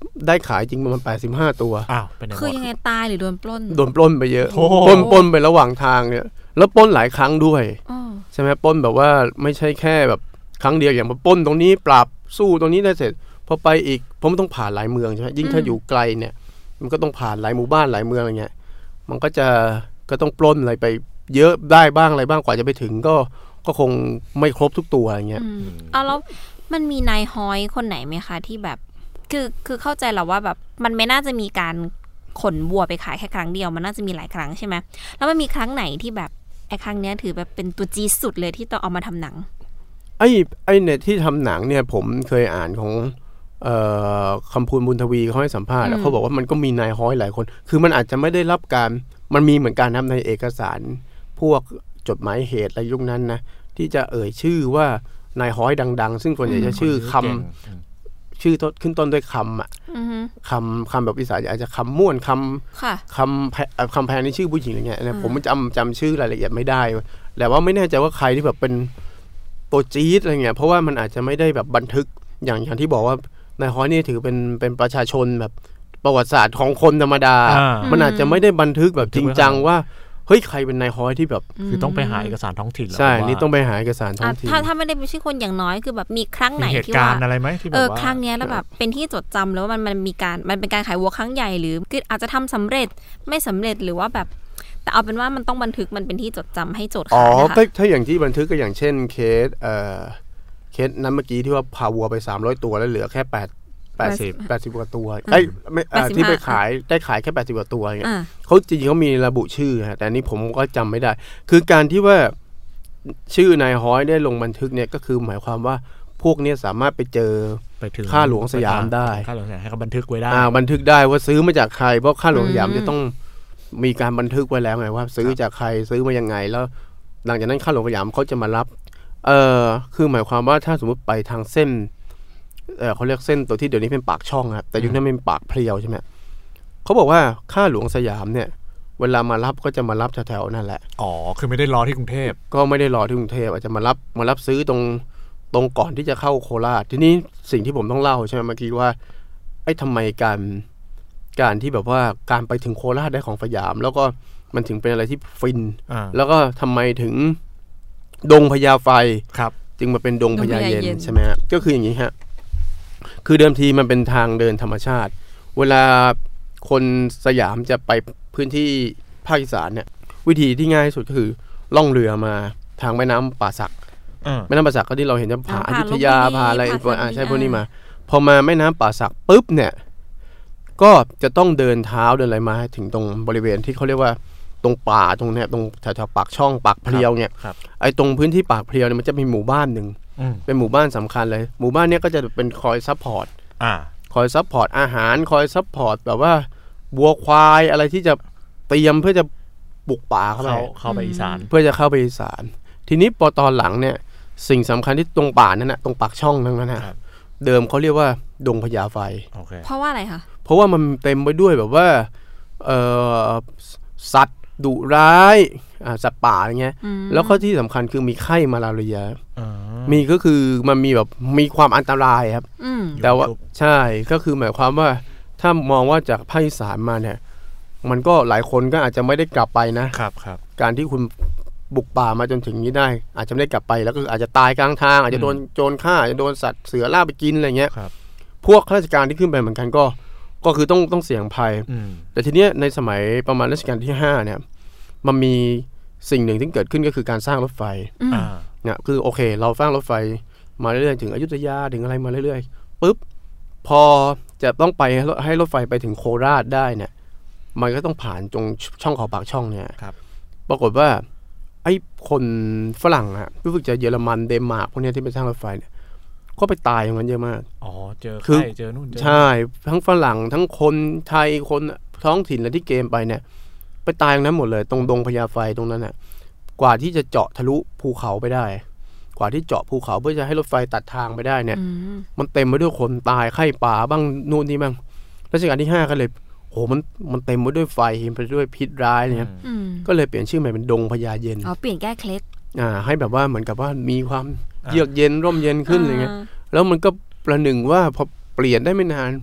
ได้ขายจริงประมาณแปดสิบห้าตัวอ้าวเป็นยังไงคือยังไงตายหรือโดนปล้นโดนปล้นไปเยอะปล้นปล้นไประหว่างทางเนี่ยแล้วปล้นหลายครั้งด้วยใช่ไหมปล้นแบบว่าไม่ใช่แค่แบบครั้งเดียวอย่างมาปล้นตรงนี้ปราบสู้ตรงนี้ได้เสร็จพอไปอีกผมต้องผ่านหลายเมืองใช่ไหมยิ่งถ้าอยู่ไกลเนี่ยมันก็ต้องผ่านหลายหมู่บ้านหลายเมืองอะไรเงี้ยมันก็จะก็ต้องปล้นอะไรไปเยอะได้บ้างอะไรบ้างกว่าจะไปถึงก็ก็คงไม่ครบทุกตัวอะไรเงี้ยอ๋อแล้วมันมีนายฮอยคนไหนไหมคะที่แบบคือคือเข้าใจแล้วว่าแบบมันไม่น่าจะมีการขนวัวไปขายแค่ครั้งเดียวมันน่าจะมีหลายครั้งใช่ไหมแล้วมันมีครั้งไหนที่แบบไอ้ครั้งเนี้ยถือแบบเป็นตัวจี๊ดสุดเลยที่ต้องเอามาทำหนังไอ้ไอ้เนี่ยที่ทำหนังเนี่ยผมเคยอ่านของเอ่อคำพูนบุญทวีเขาให้สัมภาษณ์แล้วเขาบอกว่ามันก็มีนายฮ้อยหลายคนคือมันอาจจะไม่ได้รับการมันมีเหมือนกันนะในเอกสารพวกจดหมายเหตุอะไรยุคนั้นนะที่จะเอ่ยชื่อว่านายฮ้อยดังๆซึ่งส่วนใหญ่จะชื่อคำชื่อต้นขึ้นต้นด้วยคำอ่ะคำคำแบบอีสานอาจจะคำม่วนคำคำคำแพงนี่ชื่อผู้หญิงอะไรเงี้ยนะผมจำจำชื่อรายละเอียดไม่ได้แต่ว่าไม่แน่ใจว่าใครที่แบบเป็นตัวจี๊ดอะไรเงี้ยเพราะว่ามันอาจจะไม่ได้แบบบันทึกอย่างอย่างที่บอกว่านายฮ้อยนี่ถือเป็นเป็นประชาชนแบบประวัติศาสตร์ของคนธรรมดามันอาจจะไม่ได้บันทึกแบบจริงจังว่าเฮ้ยใครเป็นนายฮ้อยที่แบบคือต้องไปหาเอกสารท้องถิ่นแล้วใช่นี่ต้องไปหาเอกสารท้องถิ่นถ้าถ้าไม่ได้เป็นชื่อคนอย่างน้อยคือแบบมีครั้งไหนที่ว่าอะไรไหมที่แบบว่าเออครั้งนี้แล้วแบบเป็นที่จดจำแล้วมันมันมีการมันเป็นการขายวัวครั้งใหญ่หรือคืออาจจะทำสำเร็จไม่สำเร็จหรือว่าแบบแต่เอาเป็นว่ามันต้องบันทึกมันเป็นที่จดจำให้โจทย์ขายนะคะอ๋อถ้าอย่างที่บันทึกก็อย่างเช่นเคสเอ่อเคสนั้นเมื่อกี้ที่ว่าพาวัวไปสามร้อยตัวแล้วเหลือแค่แปด แปดสิบ แปดสิบกว่าตัวไอ้ไม่ที่ไปขายได้ขายแค่แปดสิบกว่าตัวอย่างเงี้ยเขาจริงๆเขามีระบุชื่อฮะแต่นี่ผมก็จำไม่ได้คือการที่ว่าชื่อนายฮ้อยได้ลงบันทึกเนี่ยก็คือหมายความว่าพวกนี้สามารถไปเจอไปถึงข้าหลวงสยามได้ข้าหลวงสยามให้เขาบันทึกไว้ได้อ่าบันทึกได้ว่าซื้อมาจากใครเพราะข้าหลวงสยามจะต้องมีการบันทึกไว้แล้วไงว่าซื้อจากใครซื้อมายังไงแล้วหลังจากนั้นข้าหลวงสยามเขาจะมารับเอ่อคือหมายความว่าถ้าสมมติไปทางเส้นเอ่อเขาเรียกเส้นตัวที่เดี๋ยวนี้เป็นปากช่องครับแต่ยุคนั้นเป็นปากเพลียวใช่ไหมเขาบอกว่าข้าหลวงสยามเนี่ยเวลามารับก็จะมารับแถวๆนั่นแหละอ๋อคือไม่ได้รอที่กรุงเทพก็ไม่ได้รอที่กรุงเทพอาจจะมารับมารับซื้อตรงตรงก่อนที่จะเข้าโคราชทีนี้สิ่งที่ผมต้องเล่าใช่ไหมเมื่อกี้ว่าไอ้ทำไมการการที่แบบว่าการไปถึงโคราชได้ของสยามแล้วก็มันถึงเป็นอะไรที่ฟินแล้วก็ทำไมถึงดงพญาไฟจึงมาเป็นดงพญาเย็นใช่ไหมฮะก็คืออย่างนี้ฮะคือเดิมทีมันเป็นทางเดินธรรมชาติเวลาคนสยามจะไปพื้นที่ภาคอีสานเนี่ยวิธีที่ง่ายที่สุดก็คือล่องเรือมาทางแม่น้ำป่าสักแม่น้ำป่าสักก็ที่เราเห็นจะผ่าอยุธยาผ่าอะไรอ่าใช่พวกนี้มาพอมาแม่น้ำป่าสักปุ๊บเนี่ยก็จะต้องเดินเท้าเดินอะไรมาถึงตรงบริเวณที่เขาเรียกว่าตรงป่าตรงเนี้ยตรงแถวๆปากช่องปากเพลียวเนี่ยไอ้ตรงพื้นที่ปากเพลียวเนี่ยมันจะมีหมู่บ้านหนึ่งเป็นหมู่บ้านสำคัญเลยหมู่บ้านเนี้ยก็จะเป็นคอยซัพพอร์ตคอยซัพพอร์ตอาหารคอยซัพพอร์ตแบบว่าวัวควายอะไรที่จะเตรียมเพื่อจะบุกป่าเข้าไปเข้าไปอีสานเพื่อจะเข้าไปอีสานทีนี้พอตอนหลังเนี่ยสิ่งสำคัญที่ตรงป่านั่นนะตรงปากช่องนั่นนะเดิมเขาเรียกว่าดงพญาไฟเพราะว่าอะไรคะเพราะว่ามันเต็มไปด้วยแบบว่าเอ่อสัตว์ดุร้ายสัตว์ป่าอะไรเงี้ยแล้วก็ที่สำคัญคือมีไข้มาลาเรียมีก็คือมันมีแบบมีความอันตรายครับแต่ว่าใช่ก็คือหมายความว่าถ้ามองว่าจากภาคอีสานมาเนี่ยมันก็หลายคนก็อาจจะไม่ได้กลับไปนะครับครับการที่คุณบุกป่ามาจนถึงนี้ได้อาจจะไม่ได้กลับไปแล้วก็อาจจะตายกลางทางอาจจะโดนโจรฆ่าอาจจะโดนสัตว์เสือล่าไปกินอะไรเงี้ยพวกข้าราชการที่ขึ้นไปเหมือนกันก็ก็คือต้องต้องเสี่ยงภัยแต่ทีเนี้ยในสมัยประมาณรัชกาลที่ห้าเนี่ยมันมีสิ่งหนึ่งที่เกิดขึ้นก็คือการสร้างรถไฟเนี่ยคือโอเคเราสร้างรถไฟมาเรื่อยๆถึงอยุธยาถึงอะไรมาเรื่อยๆปุ๊บพอจะต้องไปให้รถไฟไปถึงโคราชได้เนี่ยมันก็ต้องผ่านตรงช่องเขาปากช่องเนี่ยปรากฏว่าไอ้คนฝรั่งอะรู้สึกจะเยอรมันเดนมาร์กพวกนี้ที่ไปสร้างรถไฟเนี่ยก็ไปตายอย่างนั้นเยอะมากอ๋อเจอใครเจอนู่นใช่ทั้งฝรั่งทั้งคนไทยคนท้องถิ่นอะไรที่เกมไปเนี่ยไปตายอย่างนั้นหมดเลยตรงดงพญาไฟตรงนั้นน่ะกว่าที่จะเจาะทะลุภูเขาไปได้กว่าที่เจาะภูเขาเพื่อจะให้รถไฟตัดทางไปได้เนี่ยมันเต็มไปด้วยคนตายไข้ป่าบ้างนู่นนี่บ้างรัชกาลที่ห้าก็เลยโอ้มันมันเต็มไปด้วยไฟไปด้วยพิษร้ายเนี่ยก็เลยเปลี่ยนชื่อใหม่เป็นดงพญาเย็นอ๋อเปลี่ยนแก้เคล็ดอ่าให้แบบว่าเหมือนกับว่ามีความเยือกเย็นร่มเย็นขึ้นอะไรเงี้ยแล้วมันก็ประหนึ่งว่าพอเปลี่ยนได้ไม่นาน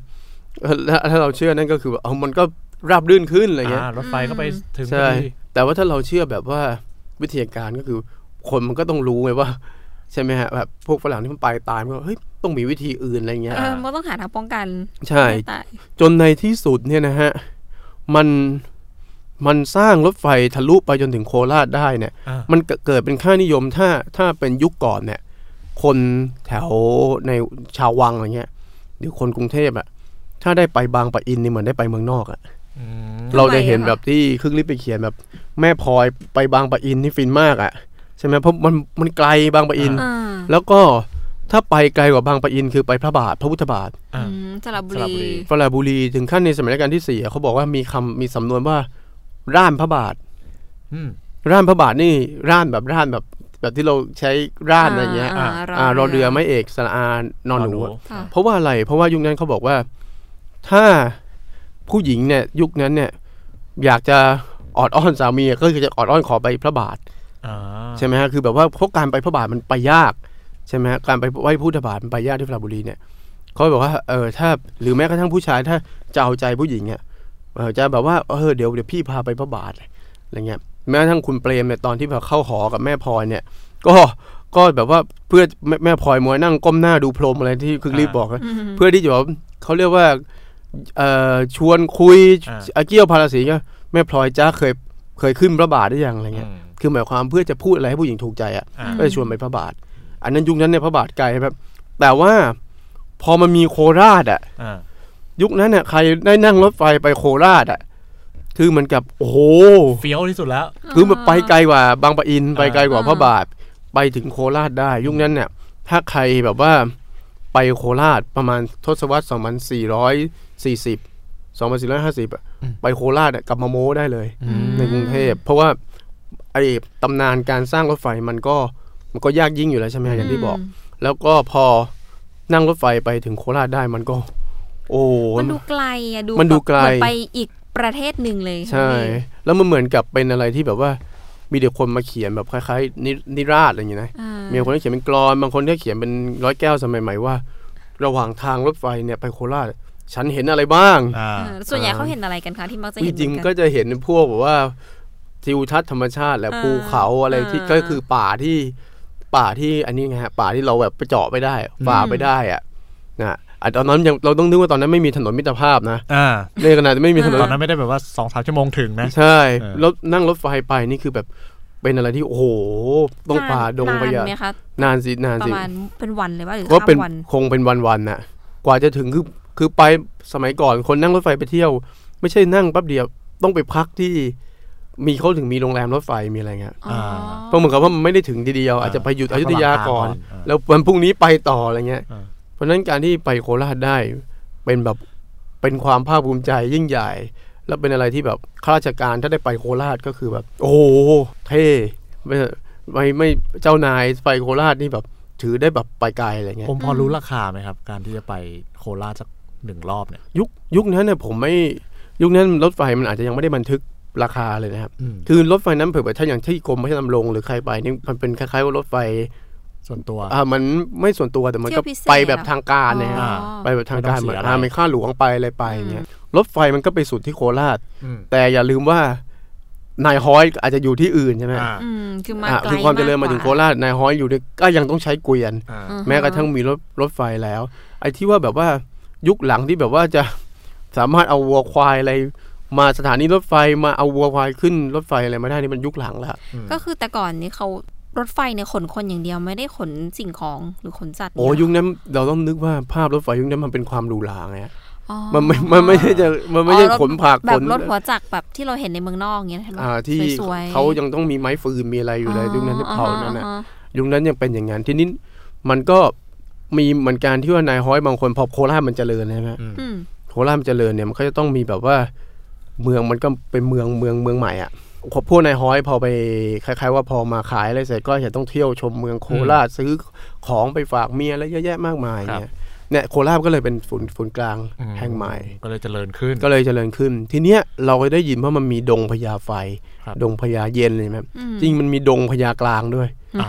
ถ้าเราเชื่อนั่นก็คือเอามันก็ราบรื่นขึ้นอะไรเงี้ยรถไฟก็ไปถึงใช่แต่ว่าถ้าเราเชื่อแบบว่าวิทยาการก็คือคนมันก็ต้องรู้ไงว่าใช่ไหมฮะแบบพวกฝรั่งที่มันไปตายมันก็เฮ้ยต้องมีวิธีอื่นอะไรเงี้ยเออมันต้องหาทางป้องกันใช่จนในที่สุดเนี่ยนะฮะมันมันสร้างรถไฟทะลุไปจนถึงโคราชได้เนี่ยมันเกิดเป็นค่านิยมถ้าถ้าเป็นยุคก่อนเนี่ยคนแถวในชาววังอะไรเงี้ยหรือคนกรุงเทพอะถ้าได้ไปบางปะอินนี่เหมือนได้ไปเมืองนอกอะเราจะเห็นแบบที่ครึ่งลิบไปเขียนแบบแม่พลอยไปบางปะอินนี่ฟินมากอะใช่ไหมเพราะมันมันไกลบางปะอินแล้วก็ถ้าไปไกลกว่าบางปะอินคือไปพระบาทพระพุทธบาทสระบุรีสระบุรีถึงขั้นในสมัยรัชกาลที่สี่เขาบอกว่ามีคำมีสำนวนว่าร่านพระบาทร่านพระบาทนี่ร่านแบบร่านแบบแบบที่เราใช้ร่านอะไรเงี้ยรอเรือไม่เอกสระอานอนหนูเพราะว่าอะไรเพราะว่ายุคนั้นเขาบอกว่าถ้าผู้หญิงเนี่ยยุคนั้นเนี่ยอยากจะออดอ้อนสามีก็คือจะออดอ้อนขอไปพระบาทใช่ไหมฮะคือแบบว่าเพราะการไปพระบาทมันไปยากใช่ไหมฮะการไปไหว้พุทธบาทมันไปยากที่สระบุรีเนี่ยเขาบอกว่าเออถ้าหรือแม้กระทั่งผู้ชายถ้าจะเอาใจผู้หญิงเนี่ยเออจะแบบว่าเออเดี๋ยวเดี๋ยวพี่พาไปพระบาทอะไรเงี้ยแม้กระทั่งคุณเปรมเนี่ยตอนที่แบบเข้าหอกับแม่พลอยเนี่ยก็ก็แบบว่าเพื่อแม่แม่พลอยมวยนั่งก้มหน้าดูพรหมอะไรที่คือรีบบอกเพื่อที่จะแบบเขาเรียกว่าเอ่อชวนคุยอาเกี้ยวพาราสีก็แม่พลอยจ้าเคยเคยขึ้นพระบาทได้ยังอะไรเงี้ยคือหมายความเพื่อจะพูดอะไรให้ผู้หญิงถูกใจอ่ะก็จะชวนไปพระบาทอันนั้นยุคนั้นเนี่ยพระบาทไกลครับแต่ว่าพอมันมีโคราชอ่ะยุคนั้นเนี่ยใครได้นั่งรถไฟไปโคราชอ่ะคือเหมือนกับโอ้โหเฟี้ยวที่สุดแล้วคือมันไปไกลกว่าบางปะอินไปไกลกว่าพระบาทไปถึงโคราชได้ยุคนั้นเนี่ยถ้าใครแบบว่าไปโคราชประมาณทศวรรษสองพันสี่ร้อยสี่สิบ สองพันสี่ร้อยห้าสิบอ่ะไปโคราชกลับมาโม้ได้เลยในกรุงเทพเพราะว่าไอ้ตำนานการสร้างรถไฟมันก็มันก็ยากยิ่งอยู่แล้วใช่ไหมอย่างที่บอกแล้วก็พอนั่งรถไฟไปถึงโคราชได้มันก็โอ้มันดูไกลอ่ะดูมันดูไกลไปอีกประเทศหนึ่งเลยใช่แล้วมันเหมือนกับเป็นอะไรที่แบบว่ามีเด็กคนมาเขียนแบบคล้ายๆนิราศอะไรอย่างเงี้ยนะมีคนที่เขียนเป็นกลอนบางคนที่เขียนเป็นร้อยแก้วสมัยใหม่ว่าระหว่างทางรถไฟเนี่ยไปโคราชฉันเห็นอะไรบ้างส่วนใหญ่เขาเห็นอะไรกันคะที่มักจะเห็นจริงๆก็จะเห็นพวกแบบว่าทิวทัศน์ธรรมชาติและภูเขาอะไรที่ก็คือป่าที่ป่าที่อันนี้ไงฮะป่าที่เราแบบไปเจาะไปได้ป่าไปได้อ่ะนะตอนนั้นยังเราต้องนึกว่าตอนนั้นไม่มีถนนมิตรภาพนะในขณะที่ไม่มีถนนตอนนั้นไม่ได้แบบว่า สองถึงสาม ชั่วโมงถึงนะใช่แล้วนั่งรถไฟไปนี่คือแบบเป็นอะไรที่โอ้โหต้องฝ่าดงไปอ่ะนานสินานสิประมาณเป็นวันเลยว่าหรือข้ามวันคงเป็นวันๆน่ะกว่าจะถึงคือคือไปสมัยก่อนคนนั่งรถไฟไปเที่ยวไม่ใช่นั่งแป๊บเดียวต้องไปพักที่มีเขาถึงมีโรงแรมรถไฟมีอะไรเงี้ยเพราะเหมือนกับว่ามันไม่ได้ถึงทีเดียวอาจจะไปหยุดอยุธยาก่อนแล้ววันพรุ่งนี้ไปต่ออะไรเงี้ยเพราะนั้นการที่ไปโคราชได้เป็นแบบเป็นความภาคภูมิใจยิ่งใหญ่แล้วเป็นอะไรที่แบบข้าราชการถ้าได้ไปโคราชก็คือแบบโอ้โหเท่ไม่ไม่ไม่เจ้านายไปโคราชนี่แบบถือได้แบบไปไกลอะไรเงี้ยผมพอรู้ราคาไหมครับการที่จะไปโคราชสักหนึ่งรอบเนี่ยยุคยุคนั้นเนี่ยผมไม่ยุคนั้นรถไฟมันอาจจะยังไม่ได้บันทึกราคาเลยนะครับคือรถไฟนั้นเผื่อถ้าอย่างที่กรมพระนำรงหรือใครไปนี่มันเป็นคล้ายๆว่ารถไฟส่วนตัวอ่ามันไม่ส่วนตัวแต่มันก็ไปแบบทางการเนี่ยไปแบบทางการเหมือนอ่าไม่ค่าหลวงไปอะไรไปเงี้ยรถไฟมันก็ไปสุดที่โคราชแต่อย่าลืมว่านายฮ้อยอาจจะอยู่ที่อื่นใช่ไหมคือมาไกลคือความเจริญมาถึงโคราชนายฮ้อยอยู่ก็ยังต้องใช้เกวียนแม้กระทั่งมีรถรถไฟแล้วไอ้ที่ว่าแบบว่ายุคหลังที่แบบว่าจะสามารถเอาวัวควายอะไรมาสถานีรถไฟมาเอาวัวควายขึ้นรถไฟอะไรมาได้นี่มันยุคหลังแล้วก็คือแต่ก่อนนี้เขารถไฟเนี่ยขนคนอย่างเดียวไม่ได้ขนสิ่งของหรือขนสัตว์โอ้ยุคนั้นเราต้องนึกว่าภาพรถไฟยุคนั้นมันเป็นความหรูหราไงมันไม่มันไม่ใช่จะมันไม่ใช่ขนผักแบบรถหัวจักรแบบที่เราเห็นในเมืองนอกอย่างเงี้ยใช่ไหมที่เขายังต้องมีไม้ฟืนมีอะไรอยู่เลยยุคนั้นที่เผานั่นนะยุคนั้นยังเป็นอย่างนั้นทีนี้มันก็มีเหมือนกันที่ว่านายฮ้อยบางคนพอโคราชมันเจริญใช่ไหมโคราชมันเจริญเนี่ยมันก็จะต้องมีแบบว่าเมืองมันก็เป็นเมืองเมืองเมืองใหม่อ่ะพวกนายฮ้อยพอไปคล้ายๆว่าพอมาขายอะไรเสร็จก็จะต้องเที่ยวชมเมืองโคราชซื้อของไปฝากเมียอะไรเยอะแยะมากมายเนี่ยเนี่ยโคราชก็เลยเป็นศูนย์ศูนย์กลางแห่งใหม่ก็เลยเจริญขึ้นก็เลยเจริญขึ้นทีเนี้ยเราก็ได้ยินว่ามันมีดงพญาไฟดงพญาเย็นเลยไหมจริงมันมีดงพญากลางด้วย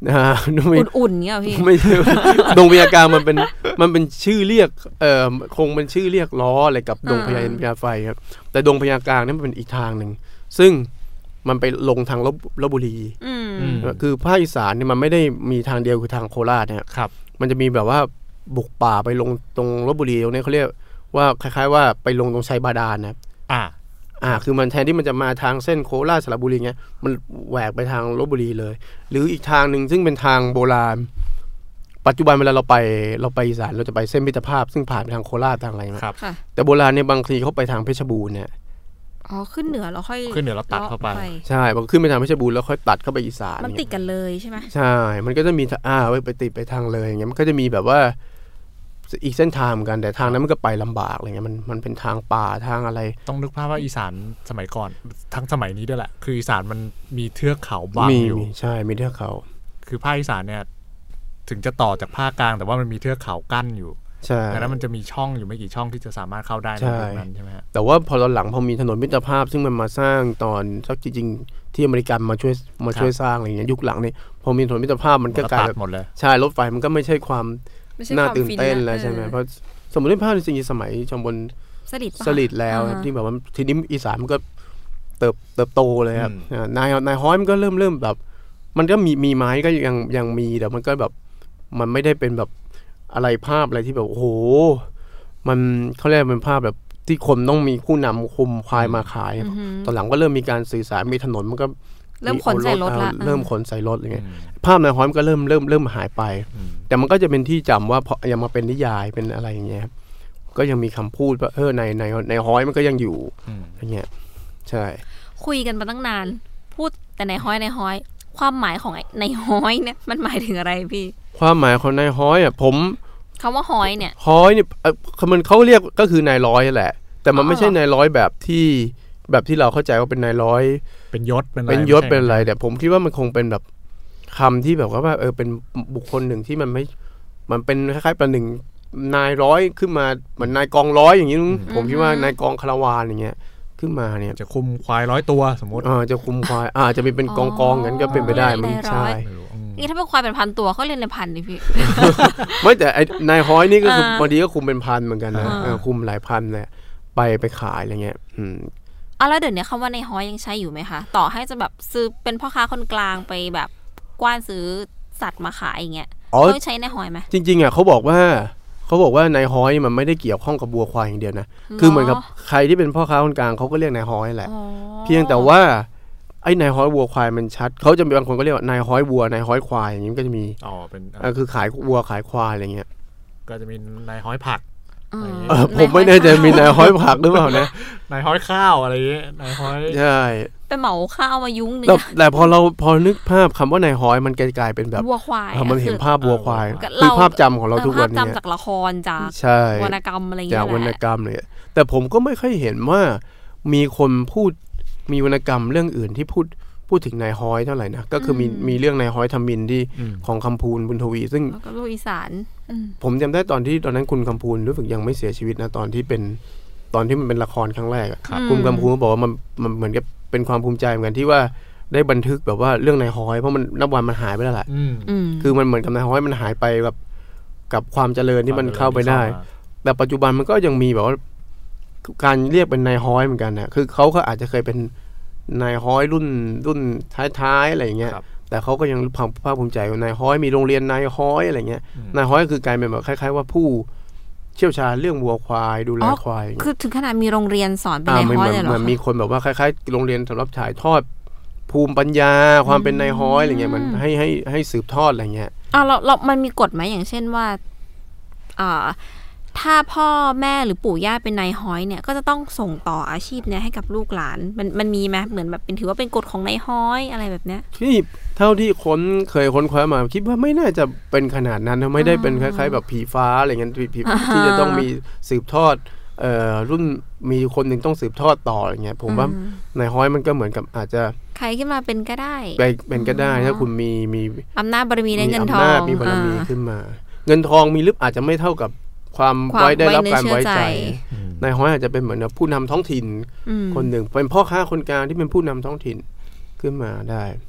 อุ่นๆเงี้ยพี่ไม่ใช่ดงพญากลางมันเป็นมันเป็นชื่อเรียกเอ่อคงเป็นชื่อเรียกล้ออะไรกับดงพญาพญาไฟครับแต่ดงพญากลางนี่มันเป็นอีกทางหนึ่งซึ่งมันไปลงทางลบลบบุรีคือภาคอีสานนี่มันไม่ได้มีทางเดียวคือทางโคราชเนี่ยมันจะมีแบบว่าบุกป่าไปลงตรงลบบุรีตรงนี้เขาเรียกว่าคล้ายๆว่าไปลงตรงชัยบาดาลนะครับอ่าอ่าคือมันแทนที่มันจะมาทางเส้นโคราชสระบุรีเงี้ยมันแหวกไปทางลบบุรีเลยหรืออีกทางหนึ่งซึ่งเป็นทางโบราณปัจจุบันเวลาเราไปเราไปอีสานเราจะไปเส้นมิตรภาพซึ่งผ่านไปทางโคราชทางอะไรมาแต่โบราณเนี่ยบางทีเขาไปทางเพชรบูรณ์เนี่ยอ๋อขึ้นเหนือเราค่อยขึ้นเหนือเราตัดเข้าไปใช่พอขึ้นไปทางเพชรบูรณ์แล้วค่อยตัดเข้าไปอีสานมันติดกันเลยใช่ไหมใช่มันก็จะมีอ่าไปติดไปทางเลยอย่างเงี้ยมันก็จะมีแบบว่าอีกเส้นทางเหมือนกันแต่ทางนั้นมันก็ไปลำบากอะไรเงี้ยมันมันเป็นทางป่าทางอะไรต้องนึกภาพว่าอีสานสมัยก่อนทั้งสมัยนี้ด้วยแหละคืออีสานมันมีเทือกเขาบางอยู่ใช่มีเทือกเขาคือภาคอีสานเนี่ยถึงจะต่อจากภาคกลางแต่ว่ามันมีเทือกเขากั้นอยู่ใช่แล้วมันจะมีช่องอยู่ไม่กี่ช่องที่จะสามารถเข้าได้ในตรงนั้นใช่ไหมฮะแต่ว่าพอตอนหลังพอมีถนนมิตรภาพซึ่งมันมาสร้างตอนสักจริงๆที่อเมริกันมาช่วยมาช่วยสร้างอะไรเงี้ยยุคหลังนี่พอมีถนนมิตรภาพมันก็กลายหมดเลยใช่รถไฟมันก็ไม่ใช่ความน่าตื่นเต้นแล้วใช่ไหมเพราะสมมติภาพจริงๆสมัยชมบนสลิดแล้วที่แบบว่าทีนี้อีสานมันก็เติบเติบโตเลยครับนายนายฮ้อยมันก็เริ่มเริ่มแบบมันก็มีมีไม้ก็ยังยังมีแต่มันก็แบบมันไม่ได้เป็นแบบอะไรภาพอะไรที่แบบโอ้โหมันเขาเรียกเป็นภาพแบบที่คนต้องมีผู้นำคุมควายมาขายตอนหลังก็เริ่มมีการสื่อสารมีถนนมันก็เริ่มขนใส่รถละเริ่มขนใส่รถอะไรเงี้ยภาพนายฮ้อยมันก็เริ่มเริ่มเริ่มหายไปแต่มันก็จะเป็นที่จำว่าพอยังมาเป็นนิยายเป็นอะไรอย่างเงี้ยก็ยังมีคำพูดว่าเออในในในฮ้อยมันก็ยังอยู่อย่างเงี้ยใช่คุยกันมาตั้งนานพูดแต่ในฮ้อยในฮ้อยความหมายของในฮ้อยเนี่ยมันหมายถึงอะไรพี่ความหมายของนายฮ้อยอ่ะผมคำว่าฮ้อยเนี่ยฮ้อยเนี่ยมันเขาเรียกก็คือนายร้อยแหละแต่มันไม่ใช่นายร้อยแบบที่แบบที่เราเข้าใจว่าเป็นนายร้อยเป็นยศเป็นยศเป็นอะไรแต่ผมคิดว่ามันคงเป็นแบบคำที่แบบว่าเออเป็นบุคคลหนึ่งที่มันไม่มันเป็นคล้ายๆประหนึ่งนายร้อยขึ้นมาเหมือนนายกองร้อยอย่างนี้ผมคิดว่านายกองคาราวานอย่างเงี้ยขึ้นมาเนี่ยจะคุมควายร้อยตัวสมมติอ่าจะคุมควายอ่าจะมีเป็นกองกองงั้นก็เป็นไปได้มันใช่นี่ถ้าเป็นควายเป็นพันตัวเขาเรียนในพันดิพี่ไม่แต่ไอ้นายฮ้อยนี่ก็คือบางทีก็คุมเป็นพันเหมือนกันนะคุมหลายพันเลยไปไปขายอะไรเงี้ยอืมอ่ะแล้วเดี๋ยวนี้คำว่าในฮ้อยยังใช้อยู่ไหมคะต่อให้จะแบบซื้อเป็นพ่อค้าคนกลางไปแบบกว้านซื้อสัตว์มาขายอย่างเงี้ยต้องใช้ในฮ้อยไหมจริงๆอ่ะเขาบอกว่าเขาบอกว่านายฮ้อยมันไม่ได้เกี่ยวข้องกับวัวควายอย่างเดียวนะคือเหมือนกับใครที่เป็นพ่อค้าคนกลางเขาก็เรียกนายฮ้อยแหละเพียงแต่ว่าไอ้นายฮ้อยวัวควายมันชัดเขาจะมีบางคนก็เรียกว่านายฮ้อยวัวนายฮ้อยควายอย่างนี้ก็จะมีอ๋อเป็นอ่าคือขายวัวขายควายอะไรเงี้ยก็จะมีนายฮ้อยผักผมไม่แน่ใจมีนายฮ้อยผักหรือเปล่านะนายฮ้อยข้าวอะไรเงี้ยนายฮ้อยใช่ไปเหมาข้าวมายุ้งนึงแต่พอเราพอนึกภาพคำว่านายฮ้อยมันกลายเป็นแบบวัวควายมันเห็นภาพวัวควายคือภาพจำของเราทุกวันนี้ภาพจำจากละครจากวรรณกรรมอะไรเงี้ยจากวรรณกรรมเลยแต่ผมก็ไม่ค่อยเห็นว่ามีคนพูดมีวรรณกรรมเรื่องอื่นที่พูดพูดถึงนายฮ้อยเท่าไหร่นะก็คือมีมีเรื่องนายฮ้อยทมิฬที่ของคำพูนบุญทวีซึ่งก็ลูกอีสานผมจำได้ตอนที่ตอนนั้นคุณคำพูนรู้สึกยังไม่เสียชีวิตนะตอนที่เป็นตอนที่มันเป็นละครครั้งแรกคุณคำพูนบอกว่ามันมันเหมือนกับเป็นความภูมิใจเหมือนกันที่ว่าได้บันทึกแบบว่าเรื่องนายฮ้อยเพราะมันนับวันมันหายไปแล้วแหละคือมันเหมือนกับนายฮ้อยมันหายไปกับกับความเจริญที่มันเข้าไปได้แต่ปัจจุบันมันก็ยังมีแบบว่าการเรียกเป็นนายฮ้อยเหมือนกันนะคือเขาก็อาจจะเคยเป็นนายฮ้อยรุ่นรุ่นท้ายๆอะไรอย่างเงี้ยแต่เขาก็ยังภาคภูมิใจว่านายฮ้อยมีโรงเรียนนายฮ้อยอะไรเงี้ยนายฮ้อยคือกลายเป็นแบบคล้ายๆว่าผู้เชี่ยวชาญเรื่องวัวควายดูแลควายคือถึงขนาดมีโรงเรียนสอนเป็นนายฮ้อยเลยเหรอมันมีคนแบบว่าคล้ายๆโรงเรียนสำหรับถ่ายทอดภูมิปัญญาความเป็นนายฮ้อยอะไรเงี้ยมันให้ให้ให้สืบทอดอะไรเงี้ยอ่ะเราเรามันมีกฎไหมอย่างเช่นว่าอ่าถ้าพ่อแม่หรือปู่ย่าเป็นนายฮ้อยเนี่ยก็จะต้องส่งต่ออาชีพเนี่ยให้กับลูกหลานมันมันมีไหมเหมือนแบบเป็นถือว่าเป็นกฎของนายฮ้อยอะไรแบบเนี้ยที่เท่าที่ค้นเคยค้นคว้ามาคิดว่าไม่น่าจะเป็นขนาดนั้นไม่ได้เป็นคล้ายๆแบบผีฟ้าอะไรเงี้ยผีที่จะต้องมีสืบทอดเอ่อรุ่นมีคนหนึ่งต้องสืบทอดต่ออะไรเงี้ยผมว่านายฮ้อยมันก็เหมือนกับอาจจะใครขึ้นมาเป็นก็ได้เป็นก็ได้ถ้าคุณมีมีอำนาจบารมีและเงินทองมีบารมีขึ้นมาเงินทองมีหรืออาจจะไม่เท่ากับความไว้ได้รับการไว้ใจนายฮ้อยอาจจะเป็นเหมือนผู้นำท้องถิ่นคนหนึ่งเป็นพ่อค้าคนกลางที่เป็นผู้นำท้องถิ่นขึ้นมาได้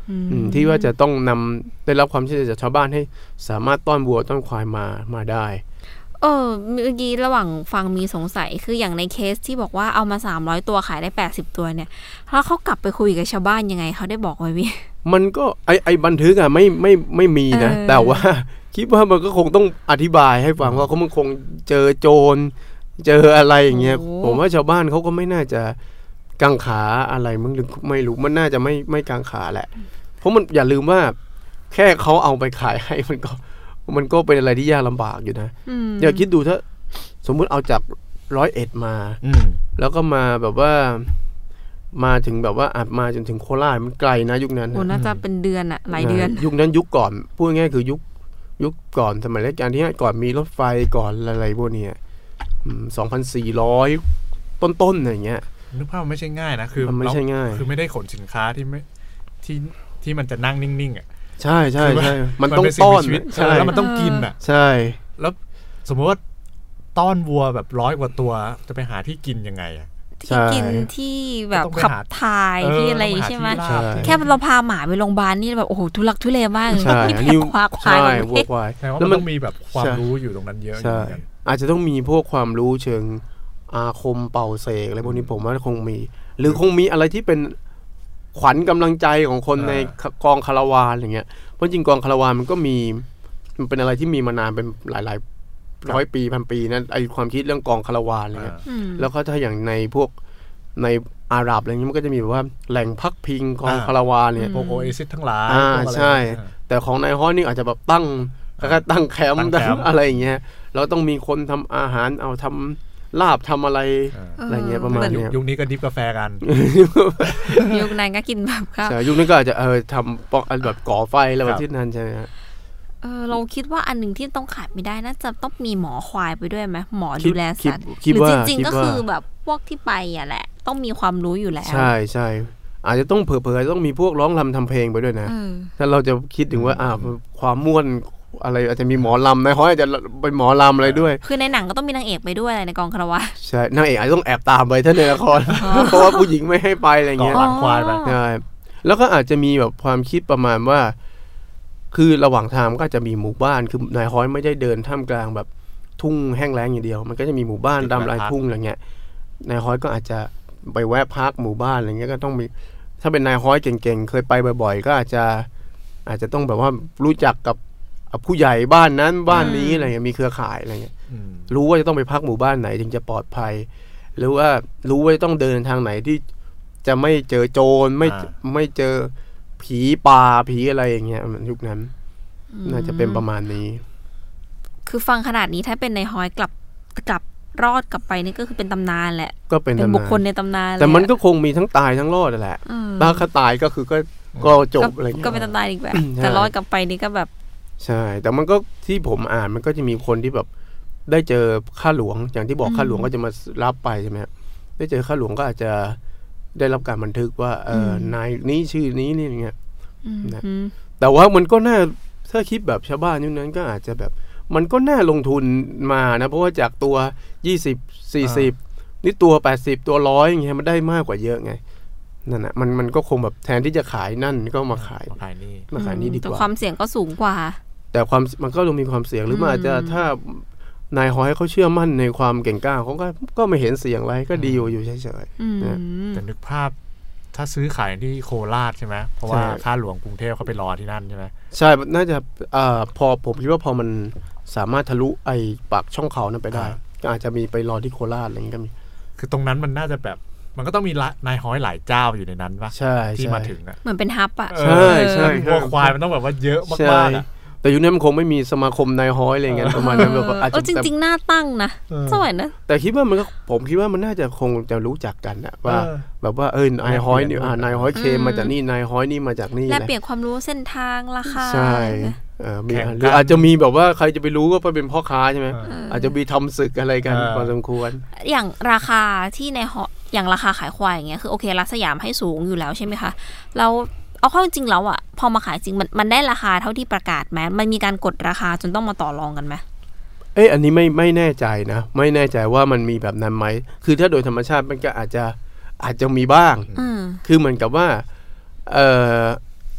ที่ว่าจะต้องนำได้รับความช่วยเหลือจากชาวบ้านให้สามารถต้อนวัวต้อนควายมามาได้เออเมื่อกี้ระหว่างฟังมีสงสัยคืออย่างในเคสที่บอกว่าเอามาสามร้อยตัวขายได้แปดสิบตัวเนี่ยแล้วเขากลับไปคุยกับชาวบ้านยังไงเขาได้บอกไว้พี่มันก็ไอไอบันทึกอ่ะไม่ไม่ไม่มีนะแต่ว่าคิดว่ามันก็คงต้องอธิบายให้ฟังว่าเขามันคงเจอโจรเจออะไรอย่างเงี้ยผมว่าชาวบ้านเขาก็ไม่น่าจะกังขาอะไรมึงหรือไม่รู้มันน่าจะไม่ไม่กังขาแหละเพราะมันอย่าลืมว่าแค่เขาเอาไปขายให้มันก็มันก็เป็นอะไรที่ยากลำบากอยู่นะอย่าคิดดูถ้าสมมุติเอาจากร้อยเอ็ดมาแล้วก็มาแบบว่ามาถึงแบบว่าอาจมาจนถึงโคราชมันไกลนะยุคนั้นโอ้น่าจะเป็นเดือนอะหลายเดือนยุคนั้นยุคก่อนพูดง่ายคือยุคยุคก่อนสมัยรัชกาลที่ห้าก่อนมีรถไฟก่อนอะไรพวกนี้สองพันสี่ร้อยต้นๆอย่างเงี้ยนึกภาพมันไม่ใช่ง่ายนะคือมันไม่ใช่ง่ายคือไม่ได้ขนสินค้าที่ไม่ที่ที่มันจะนั่งนิ่งๆอ่ะใช่ใช่ใช่มันต้องต้อนใช่แล้วมันต้องกินอ่ะใช่แล้วสมมติว่าต้อนวัวแบบร้อยกว่าตัวจะไปหาที่กินยังไงอ่ะที่กินที่แบบขับถ่ายที่อะไรใช่ไหมแค่เราพาหมาไปโรงพยาบาลนี่แบบโอ้โหทุลักทุเลมากเลยนี่แผลควาควายวัวควายแล้วมันต้องมีแบบความรู้อยู่ตรงนั้นเยอะใช่อาจจะต้องมีพวกความรู้เชิงอาคมเป่าเสกอะไรพวกนี้ผมว่าคงมีหรือคงมีอะไรที่เป็นขวัญกำลังใจของคนในกองคาราวานอย่างเงี้ยเพราะจริงกองคาราวานมันก็มีมันเป็นอะไรที่มีมานานเป็นหลายๆร้อยปีพันปีนะไอความคิดเรื่องกองคาราวานอะไรเงี้ยแล้วก็ถ้าอย่างในพวกในอาหรับอะไรเงี้ยมันก็จะมีแบบว่าแหล่งพักพิงกองคาราวานเนี่ยโอเอซิสทั้งหลายอ่าใช่แต่ของนายฮ้อยนี่อาจจะแบบตั้งก็ตั้งแคมป์อะไรอย่างเงี้ยแล้วต้องมีคนทำอาหารเอาทำลาบทำอะไรอะไรเงี้ยประมาณนี้ยุคนี้ก็ดิบกาแฟกันยุคนั้นก็กินแบบใช่ยุคนี้ก็อาจจะเออทำปอกแบบก่อไฟแล้วที่นั่นใช่ไหมเออเราคิดว่าอันหนึ่งที่ต้องขาดไม่ได้น่าจะต้องมีหมอควายไปด้วยไหมหมอดูแลสัตว์หรือจริงๆก็คือแบบพวกที่ไปอ่ะแหละต้องมีความรู้อยู่แล้วใช่ใช่อาจจะต้องเผลอๆต้องมีพวกร้องรำทำเพลงไปด้วยนะถ้าเราจะคิดถึงว่าอ่าความม่วนอะไรอาจจะมีหมอลำในห้อยอาจจะเป็นหมอลำอะไรด้วยคือในหนังก็ต้องมีนางเอกไปด้วยอะไรในกองคารวะใช่นางเอกอาจจะต้องแอบตามไปถ้าในละครเพราะว่าผู้หญิงไม่ให้ไปอะไรเงี้ยหลังควายไปใช่แล้วก็อาจจะมีแบบความคิดประมาณว่าคือระหว่างทางก็จะมีหมู่บ้านคือนายฮ้อยไม่ได้เดินท่ามกลางแบบทุ่งแห้งแล้งอย่างเดียวมันก็จะมีหมู่บ้านตามรายทุ่งอะไรเงี้ยนายฮ้อยก็อาจจะไปแวะพักหมู่บ้านอะไรเงี้ยก็ต้องมีถ้าเป็นนายฮ้อยเก่งๆเคยไปบ่อยๆก็อาจจะอาจจะต้องแบบว่ารู้จักกับผู้ใหญ่บ้านนั้นบ้านนี้อะไรเงี้ยมีเครือข่ายอะไรเงี้ยรู้ว่าจะต้องไปพักหมู่บ้านไหนถึงจะปลอดภัยหรือว่ารู้ว่าจะต้องเดินทางไหนที่จะไม่เจอโจรไม่ไม่เจอผีป่าผีอะไรอย่างเงี้ยยุคนั้นน่าจะเป็นประมาณนี้คือฟังขนาดนี้ถ้าเป็นนายฮ้อยกลับกลับรอดกลับไปนี่ก็คือเป็นตำนานแหละก็เป็นบุคคลในตำนานแต่มันก็คงมีทั้งตายทั้งรอดแหละถ้าเขาตายก็คือก็ก็จบอะไรเงี้ยก็เป็นตำนานอีกแบบแต่รอดกลับไปนี่ก็แบบใช่แต่มันก็ที่ผมอ่านมันก็จะมีคนที่แบบได้เจอข้าหลวงอย่างที่บอกข้าหลวงก็จะมารับไปใช่ไหมได้เจอข้าหลวงก็อาจจะได้รับการบันทึกว่าเออนายนี้ชื่อนี้นี่อย่างเงี้ยนะแต่ว่ามันก็น่าถ้าคิดแบบชาวบ้านยุคนั้นก็อาจจะแบบมันก็น่าลงทุนมานะเพราะว่าจากตัวยี่สิบ สี่สิบนี่ตัวแปดสิบตัวร้อยอย่างเงี้ยมันได้มากกว่าเยอะไงนั่นน่ะมันมันก็คงแบบแทนที่จะขายนั่นก็มาขายมาขายนี่มาขายนี่ดีกว่าแต่ความเสี่ยงก็สูงกว่าแต่ความมันก็ต้องมีความเสี่ยงหรือมันอาจจะถ้านายฮ้อยเขาเชื่อมั่นในความเก่งกล้าเขาก็ก็ไม่เห็นเสี่ยงอะไรก็ดีอยู่เฉยๆนะแต่นึกภาพถ้าซื้อขายที่โคราชใช่ไหมเพราะว่าข้าหลวงกรุงเทพเขาไปรอที่นั่นใช่ไหมใช่น่าจะอ่าพอผมคิดว่าพอมันสามารถทะลุไอ้ปากช่องเขานั้นไปได้ก็อาจจะมีไปรอที่โคราชอะไรอย่างนี้ก็มีคือตรงนั้นมันน่าจะแบบมันก็ต้องมีนายฮ้อยหลายเจ้าอยู่ในนั้นป่ะที่มาถึงอ่ะเหมือนเป็นฮับอ่ะใช่ใช่วัวควายมันต้องแบบว่าเยอะมากๆอ่ะแต่ยุคนี้มันคงไม่มีสมาคมนายฮ้อยอะไรเงี้ยประมาณนั้นแบบอาจจะจริงๆน่าตั้งนะสวยนะแต่คิดว่ามันก็ผมคิดว่ามันน่าจะคงจะรู้จักกันนะว่าแบบว่าเออนายฮ้อยนี่นายฮ้อยเคมาจากนี่นายฮ้อยนี่มาจากนี่และเปลี่ยนความรู้เส้นทางราคาใช่เออมีหรืออาจจะมีแบบว่าใครจะไปรู้ว่าเป็นพ่อค้าใช่ไหมอาจจะมีทำศึกอะไรกันพอสมควรอย่างราคาที่ในอย่างราคาขายควายอย่างเงี้ยคือโอเครักสยามให้สูงอยู่แล้วใช่ไหมคะแล้วเอาเข้าจริงแล้วอ่ะพอมาขายจริงมันมันได้ราคาเท่าที่ประกาศไหมมันมีการกดราคาจนต้องมาต่อรองกันไหมเอ๊ะอันนี้ไม่ไม่แน่ใจนะไม่แน่ใจว่ามันมีแบบนั้นไหมคือถ้าโดยธรรมชาติมันก็อาจจะอาจจะมีบ้างคือเหมือนกับว่าเออ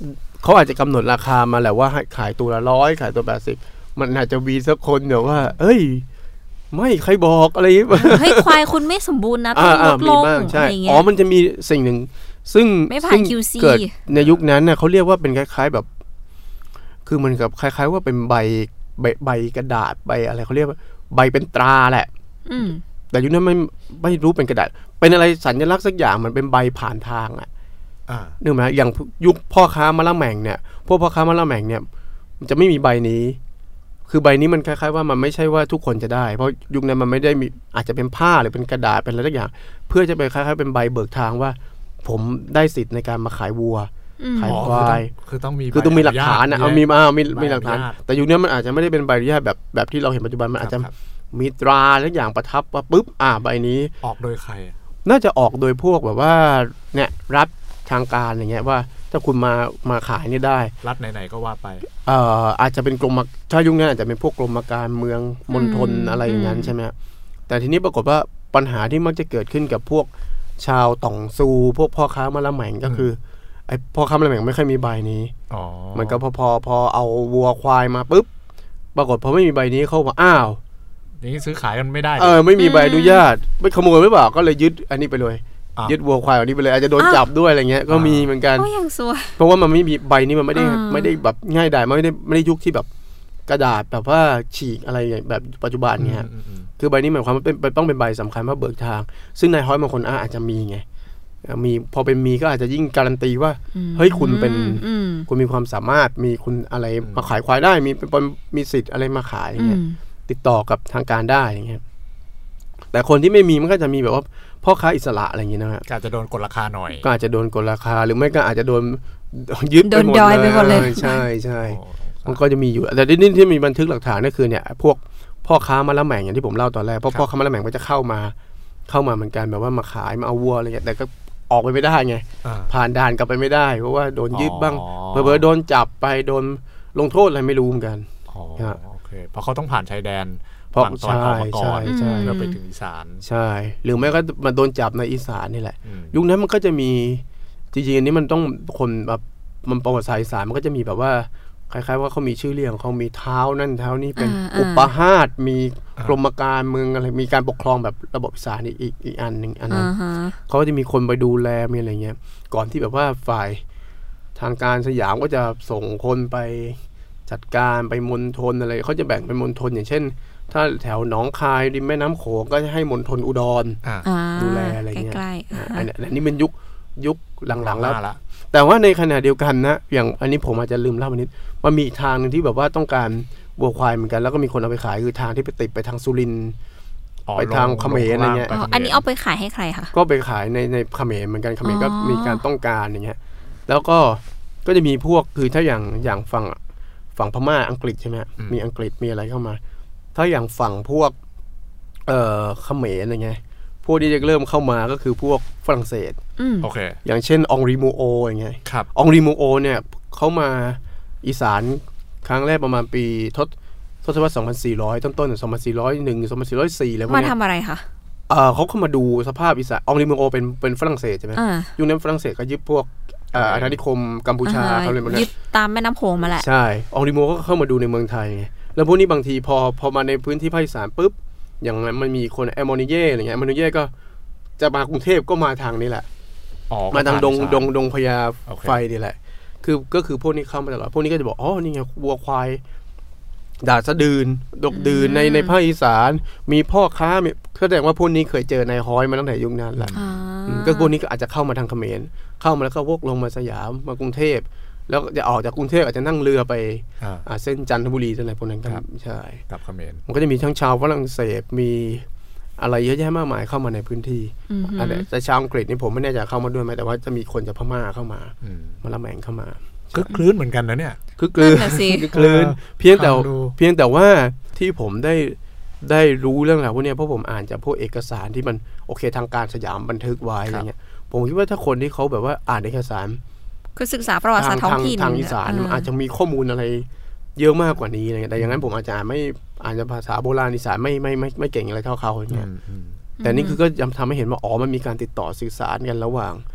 เขาอาจจะกำหนดราคามาแหละว่าให้ขายตัวละร้อยขายตัวแปดสิบมันอาจจะมีสักคนเดี๋ยวว่าเอ้ยไม่ใครบอกอะไรอย่างเงี้ยเฮ้ยควายคุณไม่สมบูรณ์นะต้องลดลงอะไรอย่างเงี้ยอ๋อมันจะมีสิ่งหนึ่งซึ่งซึ่งเกิดในยุคนั้นเนี่ยเขาเรียกว่าเป็นคล้ายๆแบบคือมันกับคล้ายๆว่าเป็นใบใบใบกระดาษใบอะไรเขาเรียกว่าใบเป็นตราแหละแต่ยุคนั้นไม่ไม่รู้เป็นกระดาษเป็นอะไรสัญลักษณ์สักอย่างมันเป็นใบผ่านทางอ่ะนึกไหมอย่างยุคพ่อค้ามะละแหม่งเนี่ยพวกพ่อค้ามะละแหม่งเนี่ยมันจะไม่มีใบนี้คือใบนี้มันคล้ายๆว่ามันไม่ใช่ว่าทุกคนจะได้เพราะยุคนั้นมันไม่ได้มีอาจจะเป็นผ้าหรือเป็นกระดาษเป็นอะไรสักอย่างเพื่อจะไปคล้ายๆเป็นใบเบิกทางว่าผมได้สิทธิ์ในการมาขายวัวขายควายคือต้องมีคือต้องมีหลักฐานนะเอามีมามีมีหลักฐานแต่ยุคนี้มันอาจจะไม่ได้เป็นใบอนุญาตแบบแบบที่เราเห็นปัจจุบันมันอาจจะมีตราทุกอย่างประทับว่าปุ๊บอ่าใบนี้ออกโดยใครน่าจะออกโดยพวกแบบว่าเนี่ยรัฐทางการอย่างเงี้ยว่าถ้าคุณมามาขายนี่ได้รัฐไหนๆก็ว่าไปเอ่ออาจจะเป็นกรมถ้ายุคนี้อาจจะเป็นพวกกรมการเมืองมณฑลอะไรอย่างนั้นใช่ไหมแต่ทีนี้ปรากฏว่าปัญหาที่มักจะเกิดขึ้นกับพวกชาวต่องซูพวกพ่อค้ามะละแหม่งก็คือไอ้พ่อค้ามะละแหม่งไม่ค่อยมีใบนี้มันก็พอพอพอเอาวัวควายมาปุ๊บปรากฏพอไม่มีใบนี้เขาบอกอ้าวนี่ซื้อขายกันไม่ได้เออไม่มีใบอนุญาตไม่ขโมยไม่บอกก็เลยยึดอันนี้ไปเลยยึดวัวควายอันนี้ไปเลยอาจจะโดนจับด้วยอะไรเงี้ยก็มีเหมือนกันเพราะว่ามันไม่มีใบนี้มันไม่ได้ไม่ได้แบบง่ายดายไม่ได้ไม่ได้ยุคที่แบบกระดาษแบบว่าฉีกอะไรแบบปัจจุบันเงี้ยคือใบนี้หมายความว่าเป็นต้องเป็นใบสำคัญว่าเบิกทางซึ่งนายฮ้อยบางคนอาจจะมีไงมีพอเป็นมีก็อาจจะยิ่งการันตีว่าเฮ้ยคุณเป็นคุณมีความสามารถมีคุณอะไรมาขายควายได้มีเป็นมีสิทธิ์อะไรมาขายเงี้ยติดต่อกับทางการได้อย่างเงี้ยแต่คนที่ไม่มีมันก็จะมีแบบว่าพ่อค้าอิสระอะไรอย่างเงี้ยนะฮะอาจจะโดนกดราคาหน่อยก็อาจจะโดนกดราคาหรือไม่ก็อาจจะโดนยึดไปหมดเลยใช่ใช่มันก็จะมีอยู่แต่ที่นี่ที่มีบันทึกหลักฐานก็คือเนี่ยพวกพ่อค้ามะละแหม่งอย่างที่ผมเล่าตอนแรกเพราะพ่อค้ามะละแหม่งก็จะเข้ามาเข้ามาเหมือนกันแบบว่ามาขายมาเอาวัวอะไรอย่างเงี้ยแต่ก็ออกไปไม่ได้ไงผ่านด่านกลับไปไม่ได้เพราะว่าโดนยึดบ้างเผลอๆโดนจับไปโดนลงโทษอะไรไม่รู้เหมือนกันอ๋อโอเคเพราะเขาต้องผ่านชายแดนฝั่งตะวันออกมาก่อนแล้วไปถึงอีสานใช่หรือไม่ก็มาโดนจับในอีสานนี่แหละยุคนั้นมันก็จะมีจริงๆอันนี้มันต้องคนแบบมันประวัติศาสตร์อีสานมันก็จะมีแบบว่าคล้ายๆว่าเขามีชื่อเรียกเขามีเท้านั่นเท้านี่เป็นอุปหาสมีกรมการเมืองอะไรมีการปกครองแบบระบบอีสานอีกอีกอันนึงอันนั้นเขาจะมีคนไปดูแลมีอะไรเงี้ยก่อนที่แบบว่าฝ่ายทางการสยามก็จะส่งคนไปจัดการไปมณฑลอะไรเขาจะแบ่งเป็นมณฑลอย่างเช่นถ้าแถวหนองคายริมแม่น้ำโขงก็จะให้มณฑลอุดรดูแลอะไรเงี้ยอันนี้เป็นยุคยุคหลังๆแล้วแต่ว่าในขณะเดียวกันนะอย่างอันนี้ผมอาจจะลืมเล่าไปนิดมันมีทางนึงที่แบบว่าต้องการวัวควายเหมือนกันแล้วก็มีคนเอาไปขายคือทางที่ไปติดไปทางสุรินทร์ไปทางเขมรอะไรเงี้ยอันนี้เอาไปขายให้ใครคะก็ไปขายในในเขมรเหมือนกันเขมรก็มีการต้องการอย่างเงี้ยแล้วก็ก็จะมีพวกคือถ้าอย่างอย่างฝั่งฝั่งพม่าอังกฤษใช่ไหมมีอังกฤษมีอะไรเข้ามาถ้าอย่างฝั่งพวกเอ่อเขมรอะไรเงี้ยพวกที่จะเริ่มเข้ามาก็คือพวกฝรั่งเศสโอเคอย่างเช่นองรีมูโออย่างเงี้ยครับองรีมูโอเนี่ยเขามาอีสานครั้งแรกประมาณปีทศทศวรรษสองพันสี่ร้อยต้นๆสองพันสี่ร้อยเอ็ด สองพันสี่ร้อยสี่อะไรพวกนี้มาทำอะไรคะเอ่อเขาเข้ามาดูสภาพอีสานองรีมูโอเป็นเป็นฝรั่งเศสใช่มั้ยยุคนั้นฝรั่งเศสก็ยึดพวกเอ่ออาณานิคมกัมพูชาอะไรพวกนี้ยึดตามแม่น้ำโขงมาแหละใช่องรีมูโอก็เข้ามาดูในเมืองไทยแล้วพวกนี้บางทีพอพอมาในพื้นที่ภาคอีสานปุ๊บอย่างมันมีคนแอมโมนิเย่อะไรเงี้ยแอมโมนิเย่ก็จะมากรุงเทพก็มาทางนี้แหละมาทางดงดงดงพญาไฟนี่แหละคือก็คือพวกนี้เข้ามาตลอดพวกนี้ก็จะบอกอ๋อนี่ไงวัวควายดาษสะดืนดกดืนในในภาคอีสานมีพ่อค้าแสดงว่าพวกนี้เคยเจอนายฮ้อยมาตั้งแต่ยุคนั้นแหละก็พวกนี้ก็อาจจะเข้ามาทางเขมรเข้ามาแล้วก็วกลงมาสยามมากรุงเทพแล้วจะออกจากกรุงเทพอาจจะนั่งเรือไปเส้นจันทบุรีอะไรพวกนั้นครับใช่กับเขมรมันก็จะมีทั้งชาวฝรั่งเศสมีอะไรเยอะแยะมากมายเข้ามาในพื้นที่แต่ชาวอังกฤษนี่ผมไม่แน่ใจเข้ามาด้วยไหมแต่ว่าจะมีคนจากพม่าเข้ามามาละแมงเข้ามาคือคลื่นเหมือนกันนะเนี่ยคือคลื่นคือคลื่นเพียงแต่เพียงแต่ว่าที่ผมได้ได้รู้เรื่องราวพวกนี้เพราะผมอ่านจากพวกเอกสารที่มันโอเคทางการสยามบันทึกไว้อะไรเงี้ยผมคิดว่าถ้าคนที่เขาแบบว่าอ่านเอกสารคือศึกษาประวัติศาสตร์ท้องถิ่นทางอีสานอาจจะมีข้อมูลอะไรเยอะมากกว่านี้อะไรเงี้ยแต่อย่างนั้นผมอาจจะไม่อ่านภาษาโบราณอีสานไม่ไม่ไม่ไม่เก่งอะไรเท่าเขาอย่างเงี้ยแต่นี่คือก็ยังทำให้เห็นว่าอ๋อมันมีการติดต่อสื่อสารกันระหว่าง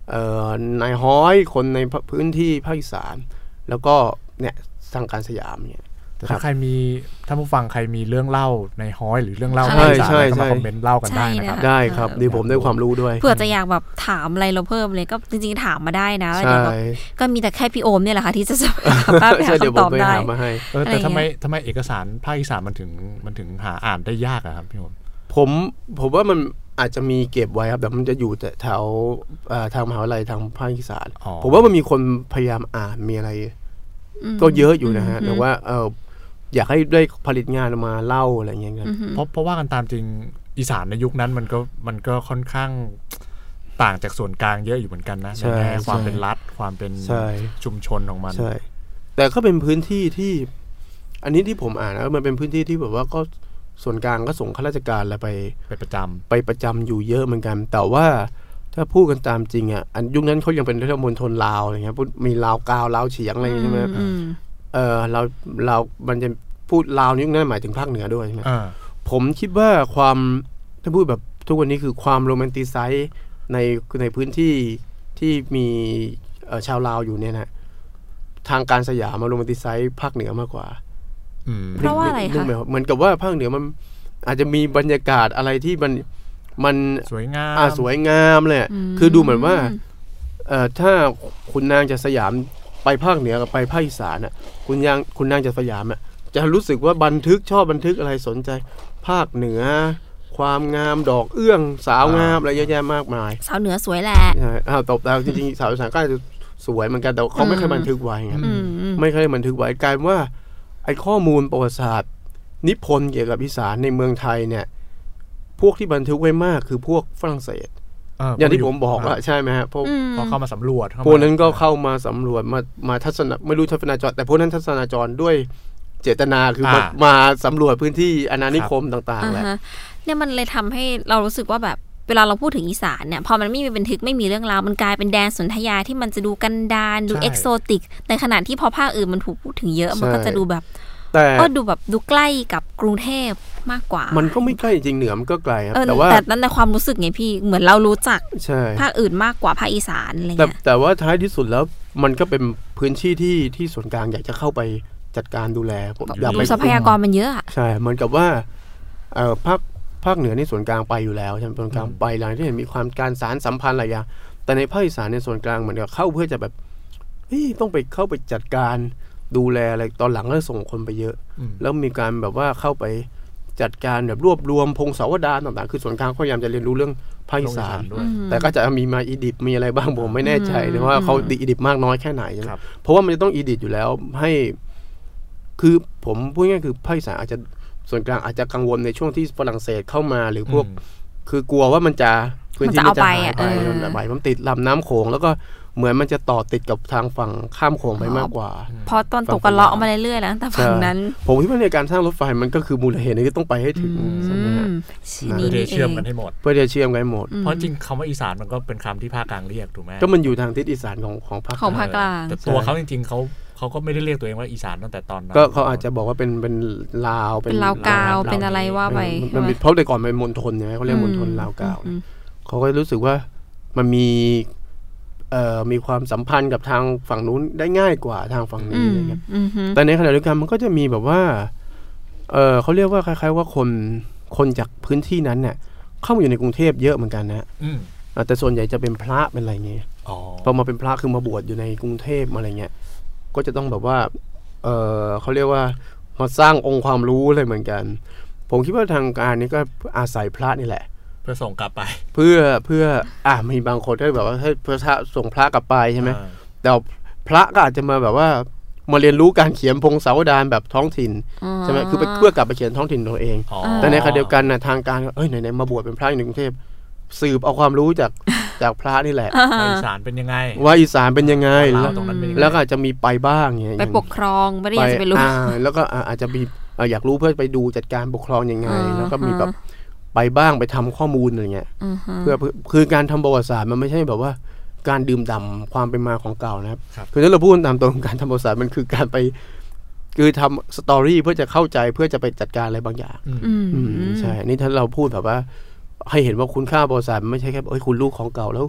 เอ่อนายฮ้อยคนในพื้นที่ภาคอีสานแล้วก็เนี่ยทางการสยามเนี่ยถ้าใครมีท่านผู้ฟังใครมีเรื่องเล่าในฮ้อยหรือเรื่องเล่าภาคอีสานก็มาคอมเมนต์เล่ากันได้นะครับได้ครับดีผมได้ความรู้ด้วยเผื่อจะอยากแบบถามอะไรเราเพิ่มเลยก็จริงๆถามมาได้นะแล้วเดี๋ยวก็มีแต่แค่พี่โอมเนี่ยแหละค่ะที่จะสามารถหาคำตอบได้แต่ทำไมทำไมเอกสารภาคอีสานมันถึงมันถึงหาอ่านได้ยากอะครับพี่โอมผมผมว่ามันอาจจะมีเก็บไว้ครับแต่มันจะอยู่แต่แถวทางมหาวิทยาลัยทางภาคอีสานผมว่ามันมีคนพยายามอ่านมีอะไรก็เยอะอยู่นะฮะแต่ว่าเอออยากให้ได้ผลิตงานมาเล่าอะไรอย่างเงี้ยเพราะเพราะว่ากันตามจริงอีสานในยุคนั้นมันก็มันก็ค่อนข้างต่างจากส่วนกลางเยอะอยู่เหมือนกันนะในแง่ความเป็นรัฐความเป็นชุมชนของมันใช่แต่ก็เป็นพื้นที่ที่อันนี้ที่ผมอ่านนะมันเป็นพื้นที่ที่แบบว่าก็ส่วนกลางก็ส่งข้าราชการอะไรไปไปประจำไปประจำอยู่เยอะเหมือนกันแต่ว่าถ้าพูดกันตามจริงอ่ะอันยุคนั้นเขายังเป็นเรื่องมณฑลลาวอะไรเงี้ยมีลาวกาวลาวเฉียงอะไรใช่ไหมเออเราเรามันจะพูดลาวยุคนั้นหมายถึงภาคเหนือด้วยใช่ไหมผมคิดว่าความถ้าพูดแบบทุกวันนี้คือความโรแมนติไซส์ในในพื้นที่ที่มีชาวลาวอยู่เนี่ยนะทางการสยามมาโรแมนติไซส์ภาคเหนือมากกว่าเพราะว่าอะไรคะเหมือนกับว่าภาคเหนือมันอาจจะมีบรรยากาศอะไรที่มันมันสวยงามอ่าสวยงามเลยคือดูเหมือนว่าเอ่อถ้าคุณนางจากสยามไปภาคเหนือกับไปภาคอีสานอ่ะคุณยางคุณนางจากสยามอ่ะจะรู้สึกว่าบันทึกชอบบันทึกอะไรสนใจภาคเหนือความงามดอกเอื้องสาวงามอะไรเยอะแยะมากมายสาวเหนือสวยแหละใช่อ้าวตบดาวจริงๆสาวอีสานก็จะสวยเหมือนกันแต่เขาไม่เคยบันทึกไว้ไงไม่เคยบันทึกไว้กลายว่าไอ้ข้อมูลประวัติศาสตร์นิพนธ์เกี่ยวกับอีสานในเมืองไทยเนี่ยพวกที่บันทึกไว้มากคือพวกฝรั่งเศสอย่างที่ผมบอกว่าใช่ไหมฮะพวกพอเข้ามาสำรวจพวกนั้นก็เข้ามาสำรวจมามาทัศนไม่รู้ทัศนาจรแต่พวกนั้นทัศนาจรด้วยเจตนาคือมามาสำรวจพื้นที่อาณานิคมต่างๆแหละเนี่ยมันเลยทำให้เรารู้สึกว่าแบบเวลาเราพูดถึงอีสานเนี่ยพอมันไม่มีบันทึกไม่มีเรื่องราวมันกลายเป็นแดนสนธยาที่มันจะดูกันดารดูเอกโซติกในขณะที่พอภาคอื่นมันถูกพูดถึงเยอะมันก็จะดูแบบก็ดูแบบดูใกล้กับกรุงเทพมากกว่ามันก็ไม่ใกล้จริงเหนือมันก็ไกลครับแต่ว่าแต่นั้นในความรู้สึกไงพี่เหมือนเรารู้จักภาคอื่นมากกว่าภาคอีสานอะไรเงี้ยแต่ว่าท้ายที่สุดแล้วมันก็เป็นพื้นที่ที่ที่ส่วนกลางอยากจะเข้าไปจัดการดูแลอยากไปทรัพยากรมันเยอะใช่เหมือนกับว่าเอ่อภาคภาคเหนือในส่วนกลางไปอยู่แล้วใช่ไหมส่วนกลางไปหลังที่เห็นมีความการสารสัมพันธ์หลายอย่างแต่ในภาคอีสานในส่วนกลางเหมือนกับเข้าเพื่อจะแบบต้องไปเข้าไปจัดการดูแลอะไรตอนหลังก็ส่งคนไปเยอะแล้วมีการแบบว่าเข้าไปจัดการแบบรวบรวมพงศาวดารต่างๆคือส่วนกลางพยายามจะเรียนรู้เรื่องภาคอีสานแต่ก็จะมีมาอีดิปมีอะไรบ้างผมไม่แน่ใจนะว่าเขาอีดิปมากน้อยแค่ไหนเพราะว่ามันจะต้องอีดิปอยู่แล้วให้คือผมพูดง่ายๆคือภาคอีสานอาจจะส่วนกลางอาจจะกังวลในช่วงที่ฝรั่งเศสเข้ามาหรือพวกคือกลัวว่ามันจะพื้นที่มันจะหายไปมันไปมันติดลำน้ำโขงแล้วก็เหมือนมันจะต่อติดกับทางฝั่งข้ามโขงไปมากกว่าพอตอนตกกันเลาะมาเรื่อยๆแล้วแต่ฝั่งนั้นผมคิดว่าในการสร้างรถไฟมันก็คือมูลเหตุที่ต้องไปให้ถึงใช่ไหมฮะเพื่อเชื่อมกันให้หมดเพื่อจะเชื่อมกันให้หมดเพราะจริงคำว่าอีสานมันก็เป็นคำที่ภาคกลางเรียกถูกไหมก็มันอยู่ทางทิศอีสานของของภาคของภาคกลางแต่ตัวเขาจริงๆเขาเขาก็ไม่ได้เรียกตัวเองว่าอีสานตั้งแต่ตอนนั้นก็เขาอาจจะบอกว่าเป็นเป็นลาวเป็นลาวกาวเป็นอะไรว่าไปมันเพราะแต่ก่อนเป็นมณฑลใช่ไหมเขาเรียกมณฑลลาวกาวเขาก็รู้สึกว่ามันมีเอ่อมีความสัมพันธ์กับทางฝั่งนู้นได้ง่ายกว่าทางฝั่งนี้อะไรเงี้ยแต่ในขณะเดียวกันมันก็จะมีแบบว่าเออเขาเรียกว่าคล้ายๆว่าคนคนจากพื้นที่นั้นเนี่ยเข้ามาอยู่ในกรุงเทพเยอะเหมือนกันนะแต่ส่วนใหญ่จะเป็นพระเป็นอะไรเงี้ยพอมาเป็นพระคือมาบวชอยู่ในกรุงเทพอะไรเงี้ยก็จะต้องแบบว่าเออเขาเรียกว่ามาสร้างองค์ความรู้อะไรเหมือนกันผมคิดว่าทางการนี้ก็อาศัยพระนี่แหละเพื่อส่งกลับไปเพื่อเพื่ออ่ะมีบางคนที่แบบว่าให้พระส่งพระกลับไปใช่ไหมแต่พระก็อาจจะมาแบบว่ามาเรียนรู้การเขียนพงศาวดารแบบท้องถิ่นใช่ไหมคือเพื่อกลับไปเขียนท้องถิ่นตัวเองแต่ในขณะเดียวกันนะทางการเอ้ยไหนๆมาบวชเป็นพระอยู่ในกรุงเทพสืบเอาความรู้จากจากพระนี่แหละว่าอีสานเป็นยังไงว่าอีสานเป็นยังไงแล้วก็อาจจะมีไปบ้างอย่างไปปกครองไม่ได้อยากจะไปรู้แล้วก็อาจจะมีอยากรู้เพื่อไปดูจัดการปกครองยังไงแล้วก็มีแบบไปบ้างไปทำข้อมูลอะไรเงี้ยเพื่อคือการทำประวัติศาสตร์มันไม่ใช่แบบว่าการดื่มด่ำความเป็นมาของเก่านะครับคือถ้าเราพูดตามตรงการทำประวัติศาสตร์มันคือการไปคือทำสตอรี่เพื่อจะเข้าใจเพื่อจะไปจัดการอะไรบางอย่างใช่นี่ถ้าเราพูดแบบว่าให้เห็นว่าคุณค่าประวัติศาสตร์ไม่ใช่แค่เอ้ยคุณรู้ของเก่าแล้ว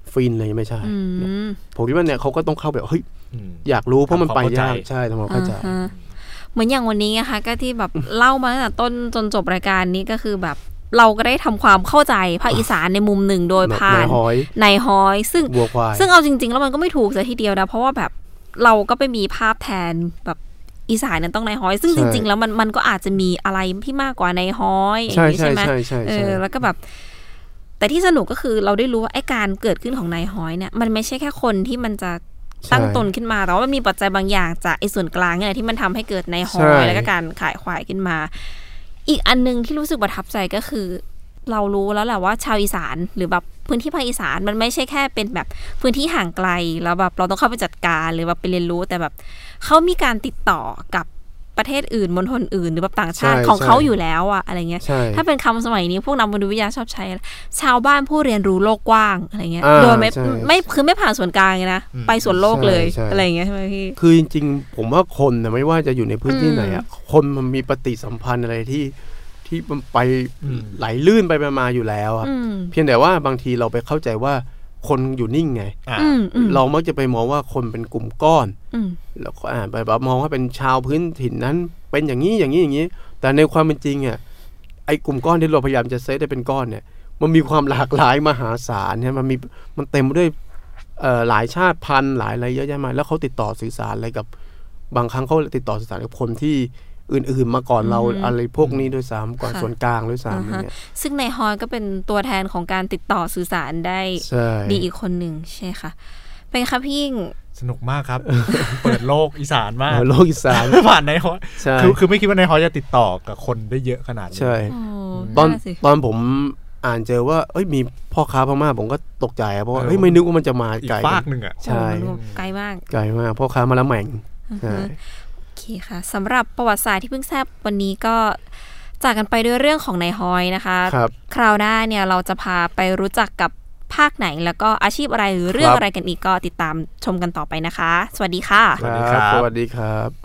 ฟินเลยไม่ใช่ผมคิดว่าเนี่ยเขาก็ต้องเข้าแบบเฮ้ยอยากรู้เพราะมันไปยากใช่ทำความเข้าใจเหมือนอย่างวันนี้นะคะก็ที่แบบเล่ามาตั้งแต่ต้นจนจบรายการนี้ก็คือแบบเราก็ได้ทำความเข้าใจภาคอีสานในมุมหนึ่งโดยผ่านนายฮ้อยซึ่งซึ่งเอาจริงๆแล้วมันก็ไม่ถูกซะทีเดียวนะเพราะว่าแบบเราก็ไปมีภาพแทนแบบอีสานนั้นต้องนายฮ้อยซึ่งจริงๆแล้วมันมันก็อาจจะมีอะไรที่มากกว่านายฮ้อยอย่างนี้ใช่ไหมเออแล้วก็แบบแต่ที่สนุกก็คือเราได้รู้ว่าไอ้การเกิดขึ้นของนายฮ้อยเนี่ยมันไม่ใช่แค่คนที่มันจะตั้งตนขึ้นมาแต่ว่ามันมีปัจจัยบางอย่างจากไอ้ส่วนกลางเนี่ยที่มันทำให้เกิดนายฮ้อยแล้วก็การขายควายขึ้นมาอีกอันนึงที่รู้สึกประทับใจก็คือเรารู้แล้วแหละว่าชาวอีสานหรือแบบพื้นที่ภาคอีสานมันไม่ใช่แค่เป็นแบบพื้นที่ห่างไกลแล้วแบบเราต้องเข้าไปจัดการหรือแบบไปเรียนรู้แต่แบบเขามีการติดต่อกับประเทศอื่นมณฑลอื่นหรือแบบต่างชาติของเขาอยู่แล้วอะอะไรเงี้ยถ้าเป็นคำสมัยนี้พวกนักมนุษยวิทยาชอบใช้ชาวบ้านผู้เรียนรู้โลกกว้างอะไรเงี้ยโดยไม่ไม่คือไม่ผ่านส่วนกลางนะไปส่วนโลกเลยอะไรเงี้ยใช่ไหมพี่คือจริงๆผมว่าคนนะไม่ว่าจะอยู่ในพื้นที่ไหนอะคนมันมีปฏิสัมพันธ์อะไรที่ที่มันไปไหลลื่นไปมาอยู่แล้วอะเพียงแต่ว่าบางทีเราไปเข้าใจว่าคนอยู่นิ่งไงเรามักจะไปมองว่าคนเป็นกลุ่มก้อนแล้วก็อ่านไปแบบมองว่าเป็นชาวพื้นถิ่นนั้นเป็นอย่างนี้อย่างนี้อย่างนี้แต่ในความเป็นจริงอ่ะไอ้กลุ่มก้อนที่เราพยายามจะเซตได้เป็นก้อนเนี่ยมันมีความหลากหลายมหาศาลเนี่ยมันมีมันเต็มด้วยหลายชาติพันธุ์หลายอะไรเยอะแยะมากแล้วเขาติดต่อสื่อสารอะไรกับบางครั้งเขาติดต่อสื่อสารกับคนที่อื่นๆมาก่อนเราอะไรพวกนี้ด้วยซ้ำก่อนส่วนกลางด้วยซ้ำเนี่ยซึ่งนายฮ้อยก็เป็นตัวแทนของการติดต่อสื่อสารได้ดีอีกคนหนึ่งใช่ค่ะเป็นค่ะพี่สนุกมากครับ เปิดโลกอีสานมากโลกอีสานผ่านนายฮ้อยคือคือไม่คิดว่านายฮ้อยจะติดต่อกับคนได้เยอะขนาดนี้ใช่ตอนตอนผมอ่านเจอว่าเอ้ยมีพ่อค้าพม่าผมก็ตกใจเพราะว่าเฮ้ยไม่นึกว่ามันจะมาไกลอีกฟากนึงอ่ะใช่ไกลมากไกลมากพ่อค้ามาละแม่งใช่โอเคค่ะสำหรับประวัติศาสตร์ที่เพิ่งแซบวันนี้ก็จากกันไปด้วยเรื่องของนายฮ้อยนะคะคราวหน้าเนี่ยเราจะพาไปรู้จักกับภาคไหนแล้วก็อาชีพอะไรหรือเรื่องอะไรกันอีกก็ติดตามชมกันต่อไปนะคะสวัสดีค่ะสวัสดีครับสวัสดีครับ